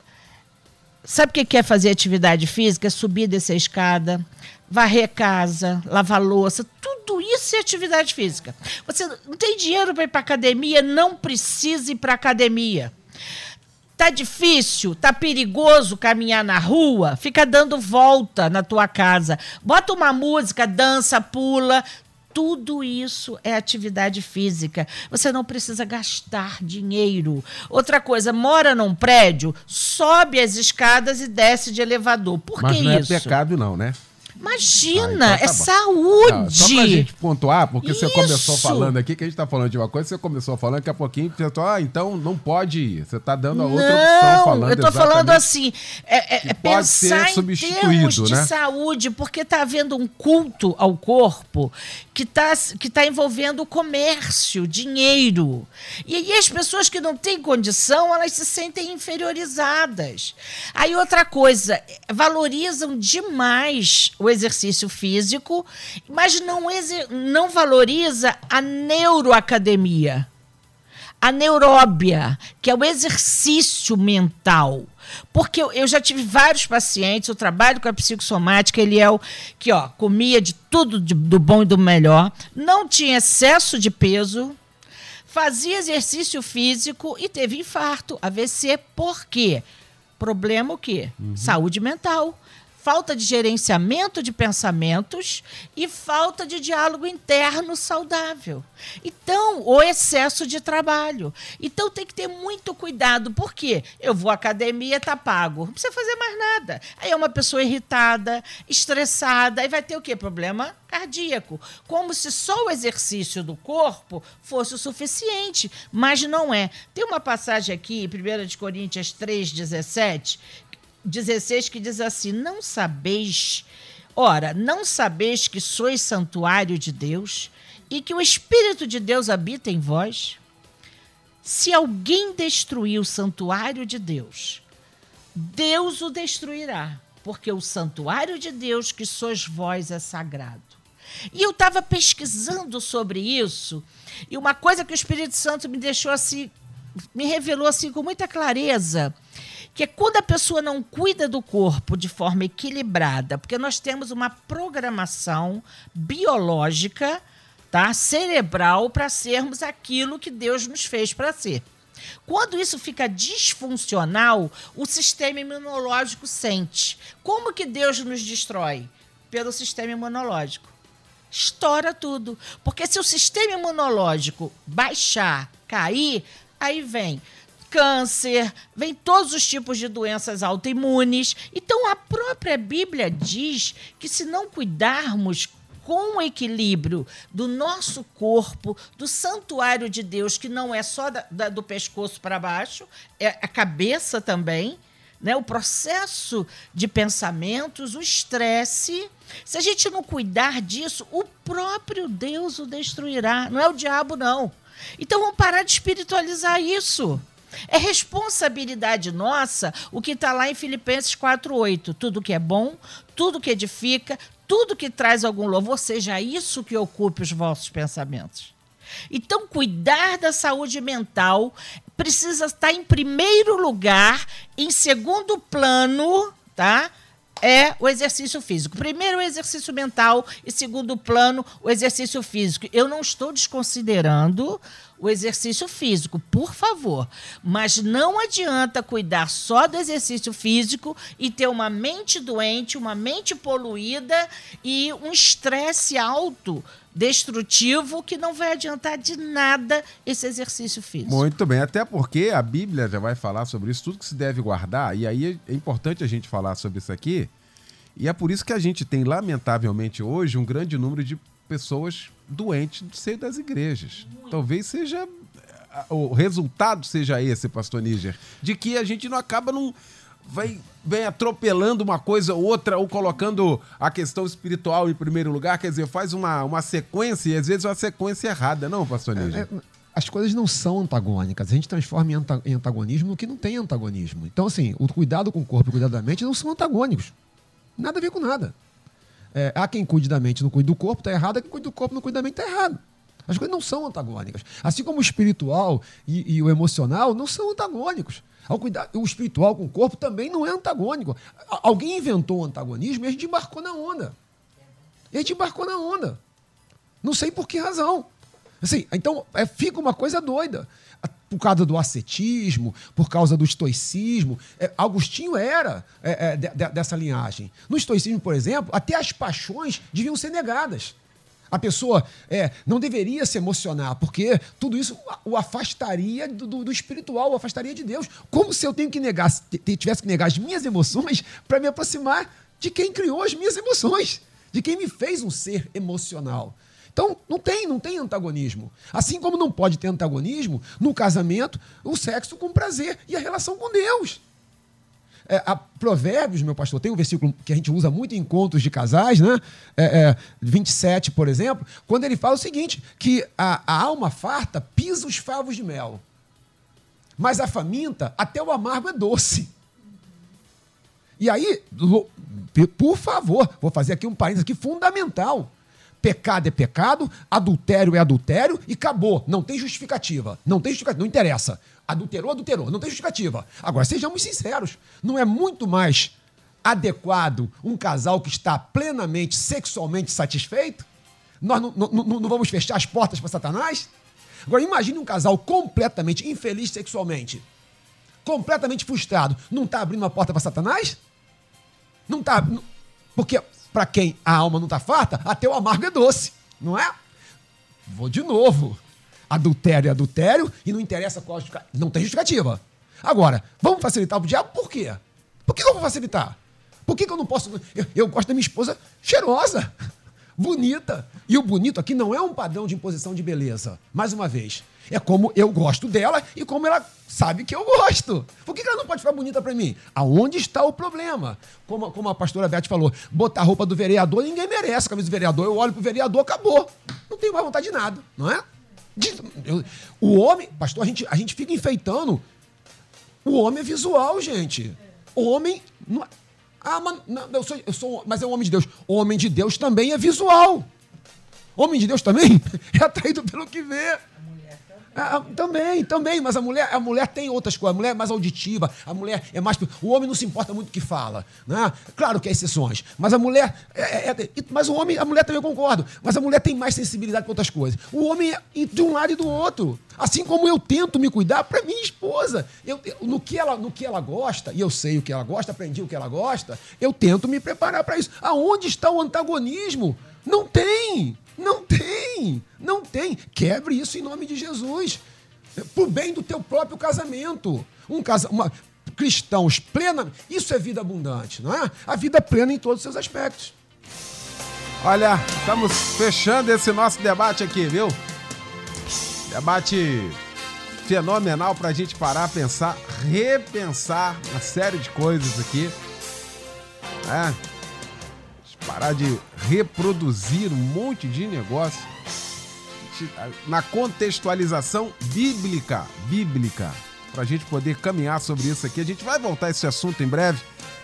sabe o que é fazer atividade física? É subir, descer a escada, varrer a casa, lavar louça, tudo isso é atividade física. Você não tem dinheiro para ir para academia, não precisa ir para academia. Tá difícil, tá perigoso caminhar na rua, fica dando volta na tua casa. Bota uma música, dança, pula. Tudo isso é atividade física. Você não precisa gastar dinheiro. Outra coisa, mora num prédio, sobe as escadas e desce de elevador. Por Mas que não isso? é pecado não, né? Imagina, ah, então tá é bom. saúde. Não, só pra gente pontuar, porque Isso. você começou falando aqui, que a gente tá falando de uma coisa, você começou falando, daqui a pouquinho você falou, ah, então não pode ir. Você tá dando a outra não, opção falando eu tô exatamente falando assim, é, é, é pode pensar ser em substituído, termos de né? saúde, porque tá havendo um culto ao corpo que tá, que tá envolvendo o comércio, dinheiro. E aí as pessoas que não têm condição, elas se sentem inferiorizadas. Aí outra coisa, valorizam demais o exercício físico, físico, mas não, não valoriza a neuroacademia, a neuróbia, que é o exercício mental. Porque eu, eu já tive vários pacientes, eu trabalho com a psicossomática, ele é o que ó, comia de tudo de, do bom e do melhor, não tinha excesso de peso, fazia exercício físico e teve infarto, A V C. Por quê? Problema o quê? Uhum. Saúde mental. Falta de gerenciamento de pensamentos e falta de diálogo interno saudável. Então, o excesso de trabalho. Então, tem que ter muito cuidado. Por quê? Eu vou à academia, está pago. Não precisa fazer mais nada. Aí é uma pessoa irritada, estressada, aí vai ter o quê? Problema cardíaco. Como se só o exercício do corpo fosse o suficiente, mas não é. Tem uma passagem aqui, primeira Coríntios três, dezessete, dezesseis, que diz assim, não sabeis, ora, não sabeis que sois santuário de Deus e que o Espírito de Deus habita em vós? Se alguém destruir o santuário de Deus, Deus o destruirá, porque o santuário de Deus que sois vós é sagrado. E eu estava pesquisando sobre isso, e uma coisa que o Espírito Santo me deixou assim, me revelou assim com muita clareza, que é quando a pessoa não cuida do corpo de forma equilibrada, porque nós temos uma programação biológica, tá, cerebral, para sermos aquilo que Deus nos fez para ser. Quando isso fica disfuncional, o sistema imunológico sente. Como que Deus nos destrói? Pelo sistema imunológico. Estoura tudo. Porque se o sistema imunológico baixar, cair, aí vem câncer, vem todos os tipos de doenças autoimunes. Então, a própria Bíblia diz que se não cuidarmos com o equilíbrio do nosso corpo, do santuário de Deus, que não é só da, da, do pescoço para baixo, é a cabeça também, né? O processo de pensamentos, o estresse. Se a gente não cuidar disso, o próprio Deus o destruirá. Não é o diabo, não. Então, vamos parar de espiritualizar isso. É responsabilidade nossa o que está lá em Filipenses quatro, oito. Tudo que é bom, tudo que edifica, tudo que traz algum louvor, seja isso que ocupe os vossos pensamentos. Então, cuidar da saúde mental precisa estar em primeiro lugar, em segundo plano, tá? É o exercício físico. Primeiro, o exercício mental e, segundo plano, o exercício físico. Eu não estou desconsiderando o exercício físico, por favor. Mas não adianta cuidar só do exercício físico e ter uma mente doente, uma mente poluída e um estresse alto, destrutivo, que não vai adiantar de nada esse exercício físico. Muito bem, até porque a Bíblia já vai falar sobre isso, tudo que se deve guardar, e aí é importante a gente falar sobre isso aqui, e é por isso que a gente tem, lamentavelmente hoje, um grande número de pessoas doentes do seio das igrejas. Talvez seja, o resultado seja esse, pastor Níger, de que a gente não acaba, não vai, vem atropelando uma coisa ou outra, ou colocando a questão espiritual em primeiro lugar, quer dizer, faz uma, uma sequência, e às vezes uma sequência errada, não, pastor Níger? É, é, as coisas não são antagônicas, a gente transforma em, anta, em antagonismo no que não tem antagonismo. Então, assim, o cuidado com o corpo e o cuidado da mente não são antagônicos. Nada a ver com nada. É, há quem cuide da mente, não cuide do corpo, está errado. Há quem cuide do corpo, não cuide da mente, está errado. As coisas não são antagônicas. Assim como o espiritual e, e o emocional não são antagônicos. Ao cuidar, o espiritual com o corpo também não é antagônico. Alguém inventou o antagonismo e a gente embarcou na onda. E a gente embarcou na onda. Não sei por que razão. Assim, então, é, fica uma coisa doida. Por causa do ascetismo, por causa do estoicismo. É, Agostinho era é, é, de, de, dessa linhagem. No estoicismo, por exemplo, até as paixões deviam ser negadas. A pessoa é, não deveria se emocionar, porque tudo isso o afastaria do, do, do espiritual, o afastaria de Deus. Como se eu tenho que negar, tivesse que negar as minhas emoções para me aproximar de quem criou as minhas emoções, de quem me fez um ser emocional. Então, não tem, não tem antagonismo. Assim como não pode ter antagonismo no casamento, o sexo com prazer e a relação com Deus. É, a Provérbios, meu pastor, tem um versículo que a gente usa muito em encontros de casais, né? É, é, vinte e sete, por exemplo, quando ele fala o seguinte, que a, a alma farta pisa os favos de mel, mas a faminta, até o amargo é doce. E aí, por favor, vou fazer aqui um parênteses aqui fundamental. Pecado é pecado, adultério é adultério e acabou. Não tem justificativa. Não tem justificativa. Não interessa. Adulterou, adulterou. Não tem justificativa. Agora, sejamos sinceros. Não é muito mais adequado um casal que está plenamente sexualmente satisfeito? Nós não, não, não, não vamos fechar as portas para Satanás? Agora, imagine um casal completamente infeliz sexualmente, completamente frustrado. Não está abrindo uma porta para Satanás? Não está... Porque... Para quem a alma não está farta, até o amargo é doce, não é? Vou de novo. Adultério é adultério e não interessa qual justificativa. Não tem justificativa. Agora, vamos facilitar o diabo? Por quê? Por que eu vou facilitar? Por que, que eu não posso... Eu, eu gosto da minha esposa cheirosa, bonita. E o bonito aqui não é um padrão de imposição de beleza. Mais uma vez, é como eu gosto dela e como ela sabe que eu gosto. Por que ela não pode ficar bonita para mim? Aonde está o problema? Como, como a pastora Beth falou, botar a roupa do vereador, ninguém merece a camisa do vereador. Eu olho pro vereador, acabou. Não tenho mais vontade de nada, não é? De, eu, o homem, pastor, a gente, a gente fica enfeitando. O homem é visual, gente. O homem... Não, ah, mas, não, eu sou, eu sou, mas é um homem de Deus. O homem de Deus também é visual. O homem de Deus também é atraído pelo que vê. Ah, também, também, mas a mulher, a mulher tem outras coisas, a mulher é mais auditiva, a mulher é mais... O homem não se importa muito com o que fala, né? Claro que há exceções, mas a mulher... É, é, mas o homem, a mulher também, eu concordo, mas a mulher tem mais sensibilidade para outras coisas. O homem é de um lado e do outro. Assim como eu tento me cuidar para minha esposa. Eu, eu, no, que ela, no que ela gosta, e eu sei o que ela gosta, aprendi o que ela gosta, eu tento me preparar para isso. Aonde está o antagonismo? Não tem! Não tem, não tem. Quebre isso em nome de Jesus. Pro bem do teu próprio casamento. Um casa, uma, cristãos plena, isso é vida abundante, não é? A vida plena em todos os seus aspectos. Olha, estamos fechando esse nosso debate aqui, viu? Debate fenomenal pra gente parar, pensar, repensar uma série de coisas aqui. É. Parar de reproduzir um monte de negócio na contextualização bíblica, bíblica, pra gente poder caminhar sobre isso aqui. A gente vai voltar a esse assunto em breve.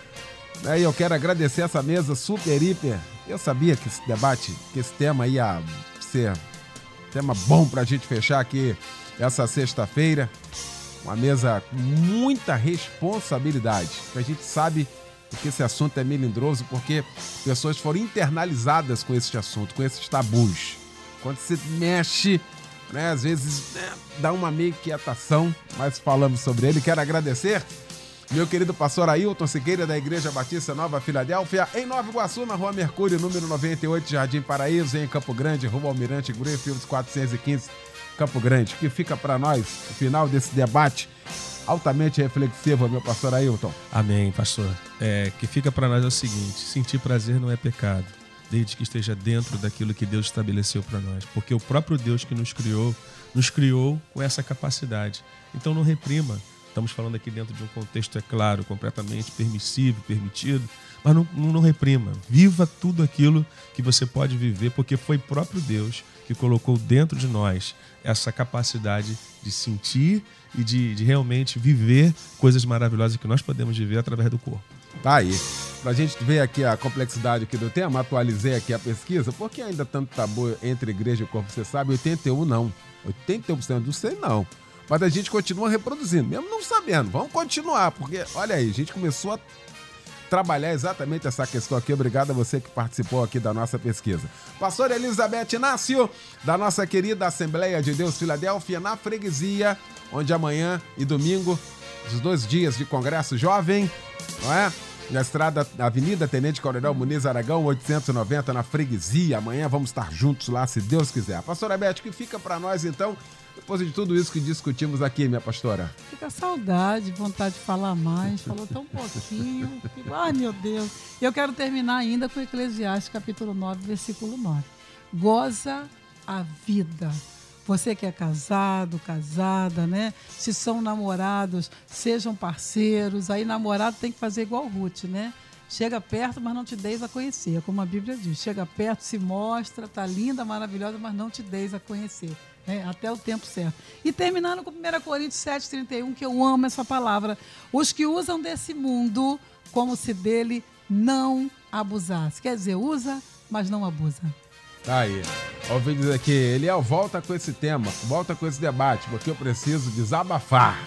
E eu quero agradecer essa mesa super, hiper. Eu sabia que esse debate, que esse tema ia ser um tema bom pra gente fechar aqui essa sexta-feira. Uma mesa com muita responsabilidade. A gente sabe que esse assunto é melindroso porque pessoas foram internalizadas com esse assunto, com esses tabus. Quando você mexe, né, às vezes né, dá uma meio quietação, mas falamos sobre ele. Quero agradecer meu querido pastor Ailton Siqueira, da Igreja Batista Nova Filadélfia, em Nova Iguaçu, na Rua Mercúrio, número noventa e oito, Jardim Paraíso, em Campo Grande, Rua Almirante Greenfields quatrocentos e quinze, Campo Grande. O que fica para nós, no final desse debate altamente reflexivo, meu pastor Ailton? Amém, pastor. É, que fica para nós é o seguinte: sentir prazer não é pecado, desde que esteja dentro daquilo que Deus estabeleceu para nós. Porque o próprio Deus que nos criou, nos criou com essa capacidade. Então não reprima. Estamos falando aqui dentro de um contexto, é claro, completamente permissível, permitido, mas não, não reprima. Viva tudo aquilo que você pode viver, porque foi o próprio Deus que colocou dentro de nós essa capacidade de sentir e de, de realmente viver coisas maravilhosas que nós podemos viver através do corpo. Tá aí. Pra gente ver aqui a complexidade aqui do tema, atualizei aqui a pesquisa, porque ainda tanto tabu entre igreja e corpo, você sabe, oitenta e um não. oitenta e um por cento do sei não. Mas a gente continua reproduzindo, mesmo não sabendo. Vamos continuar, porque, olha aí, a gente começou a trabalhar exatamente essa questão aqui. Obrigado a você que participou aqui da nossa pesquisa. Pastor Elizabeth Inácio, da nossa querida Assembleia de Deus Filadélfia, na Freguesia, onde amanhã e domingo, os dois dias de Congresso Jovem, não é? Na estrada, na Avenida Tenente Coronel Muniz Aragão, oitocentos e noventa, na Freguesia. Amanhã vamos estar juntos lá, se Deus quiser. Pastora Beth, o que fica para nós, então, depois de tudo isso que discutimos aqui, minha pastora? Fica saudade, vontade de falar mais. Falou tão pouquinho. Fico, ai, meu Deus. E eu quero terminar ainda com Eclesiastes, capítulo nove, versículo nove. Goza a vida. Você que é casado, casada, né? Se são namorados, sejam parceiros. Aí namorado tem que fazer igual Ruth, né? Chega perto, mas não te deis a conhecer, como a Bíblia diz. Chega perto, se mostra, tá linda, maravilhosa, mas não te deis a conhecer. Né? Até o tempo certo. E terminando com primeira Coríntios sete, trinta e um, que eu amo essa palavra. Os que usam desse mundo como se dele não abusasse. Quer dizer, usa, mas não abusa. Tá aí. Ouvi dizer aqui, Eliel, volta com esse tema, volta com esse debate, porque eu preciso desabafar.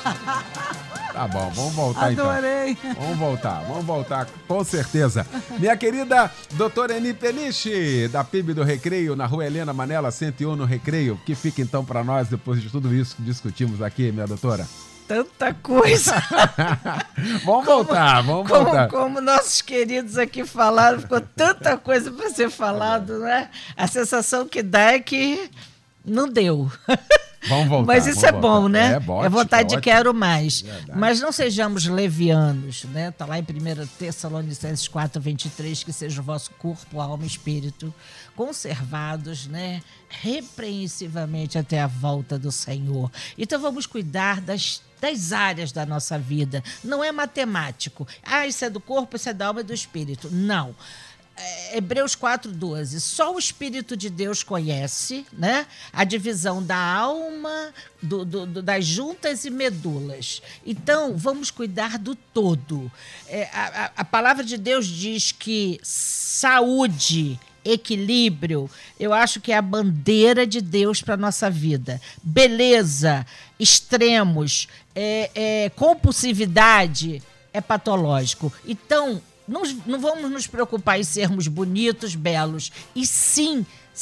Tá bom, vamos voltar. Adorei. Então. Vamos voltar, vamos voltar, com certeza. Minha querida doutora Eni Peniche, da P I B do Recreio, na Rua Helena Manela, cento e um, no Recreio. O que fica então para nós depois de tudo isso que discutimos aqui, minha doutora? Tanta coisa. Vamos como, voltar, vamos como, voltar. Como nossos queridos aqui falaram, ficou tanta coisa para ser falado, né? A sensação que dá é que não deu. Vamos voltar. Mas isso é voltar. Bom, né? É, bote, é vontade bote. de quero mais. Verdade. Mas não sejamos levianos, né? Está lá em primeira Tessalonicenses quatro, vinte e três, que seja o vosso corpo, alma e espírito conservados, né? Repreensivamente até a volta do Senhor. Então vamos cuidar das das áreas da nossa vida. Não é matemático. Ah, isso é do corpo, isso é da alma e do espírito. Não. É, Hebreus quatro, doze. Só o Espírito de Deus conhece, né, a divisão da alma, do, do, do, das juntas e medulas. Então, vamos cuidar do todo. É, a, a palavra de Deus diz que saúde, equilíbrio, eu acho que é a bandeira de Deus para a nossa vida. Beleza, extremos, é, é, compulsividade é patológico. Então, não, não vamos nos preocupar em sermos bonitos, belos, e sim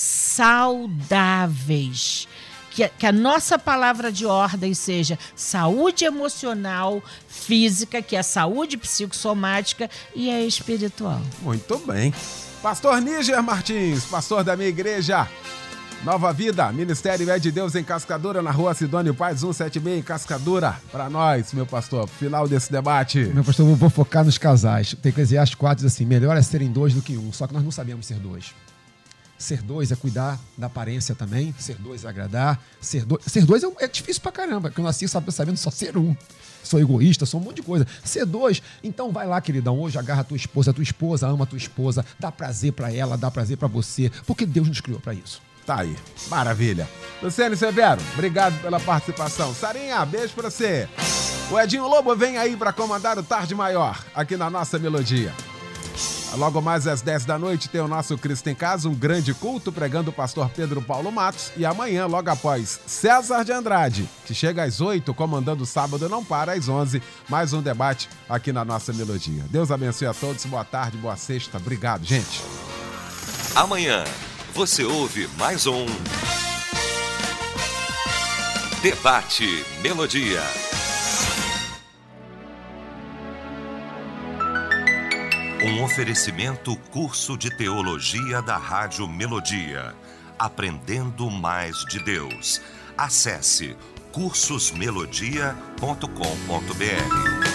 saudáveis. Que a, que a nossa palavra de ordem seja saúde emocional, física, que é a saúde psicossomática e a espiritual. Muito bem. Pastor Níger Martins, pastor da minha igreja, Nova Vida, Ministério é de Deus em Cascadura, na rua Sidônio Paz, cento e setenta e seis, em Cascadura. Para nós, meu pastor, final desse debate. Meu pastor, eu vou focar nos casais. Tem Eclesiastes quatro diz assim, melhor é serem dois do que um, só que nós não sabemos ser dois. Ser dois é cuidar da aparência também, ser dois é agradar, ser dois, ser dois é, é difícil pra caramba, porque eu nasci sabendo só ser um. Sou egoísta, sou um monte de coisa. Ser dois, então vai lá, queridão, hoje agarra a tua esposa, a tua esposa ama a tua esposa, dá prazer pra ela, dá prazer pra você, porque Deus nos criou pra isso. Tá aí, maravilha. Luciane Severo, obrigado pela participação. Sarinha, beijo pra você. O Edinho Lobo vem aí pra comandar o Tarde Maior, aqui na nossa Melodia. Logo mais às dez da noite tem o nosso Cristo em Casa, um grande culto pregando o pastor Pedro Paulo Matos. E amanhã, logo após, César de Andrade, que chega às oito, comandando o Sábado Não Para, às onze. Mais um debate aqui na nossa Melodia. Deus abençoe a todos, boa tarde, boa sexta. Obrigado, gente. Amanhã você ouve mais um Debate Melodia. Um oferecimento curso de teologia da Rádio Melodia. Aprendendo mais de Deus. Acesse cursos melodia ponto com ponto br.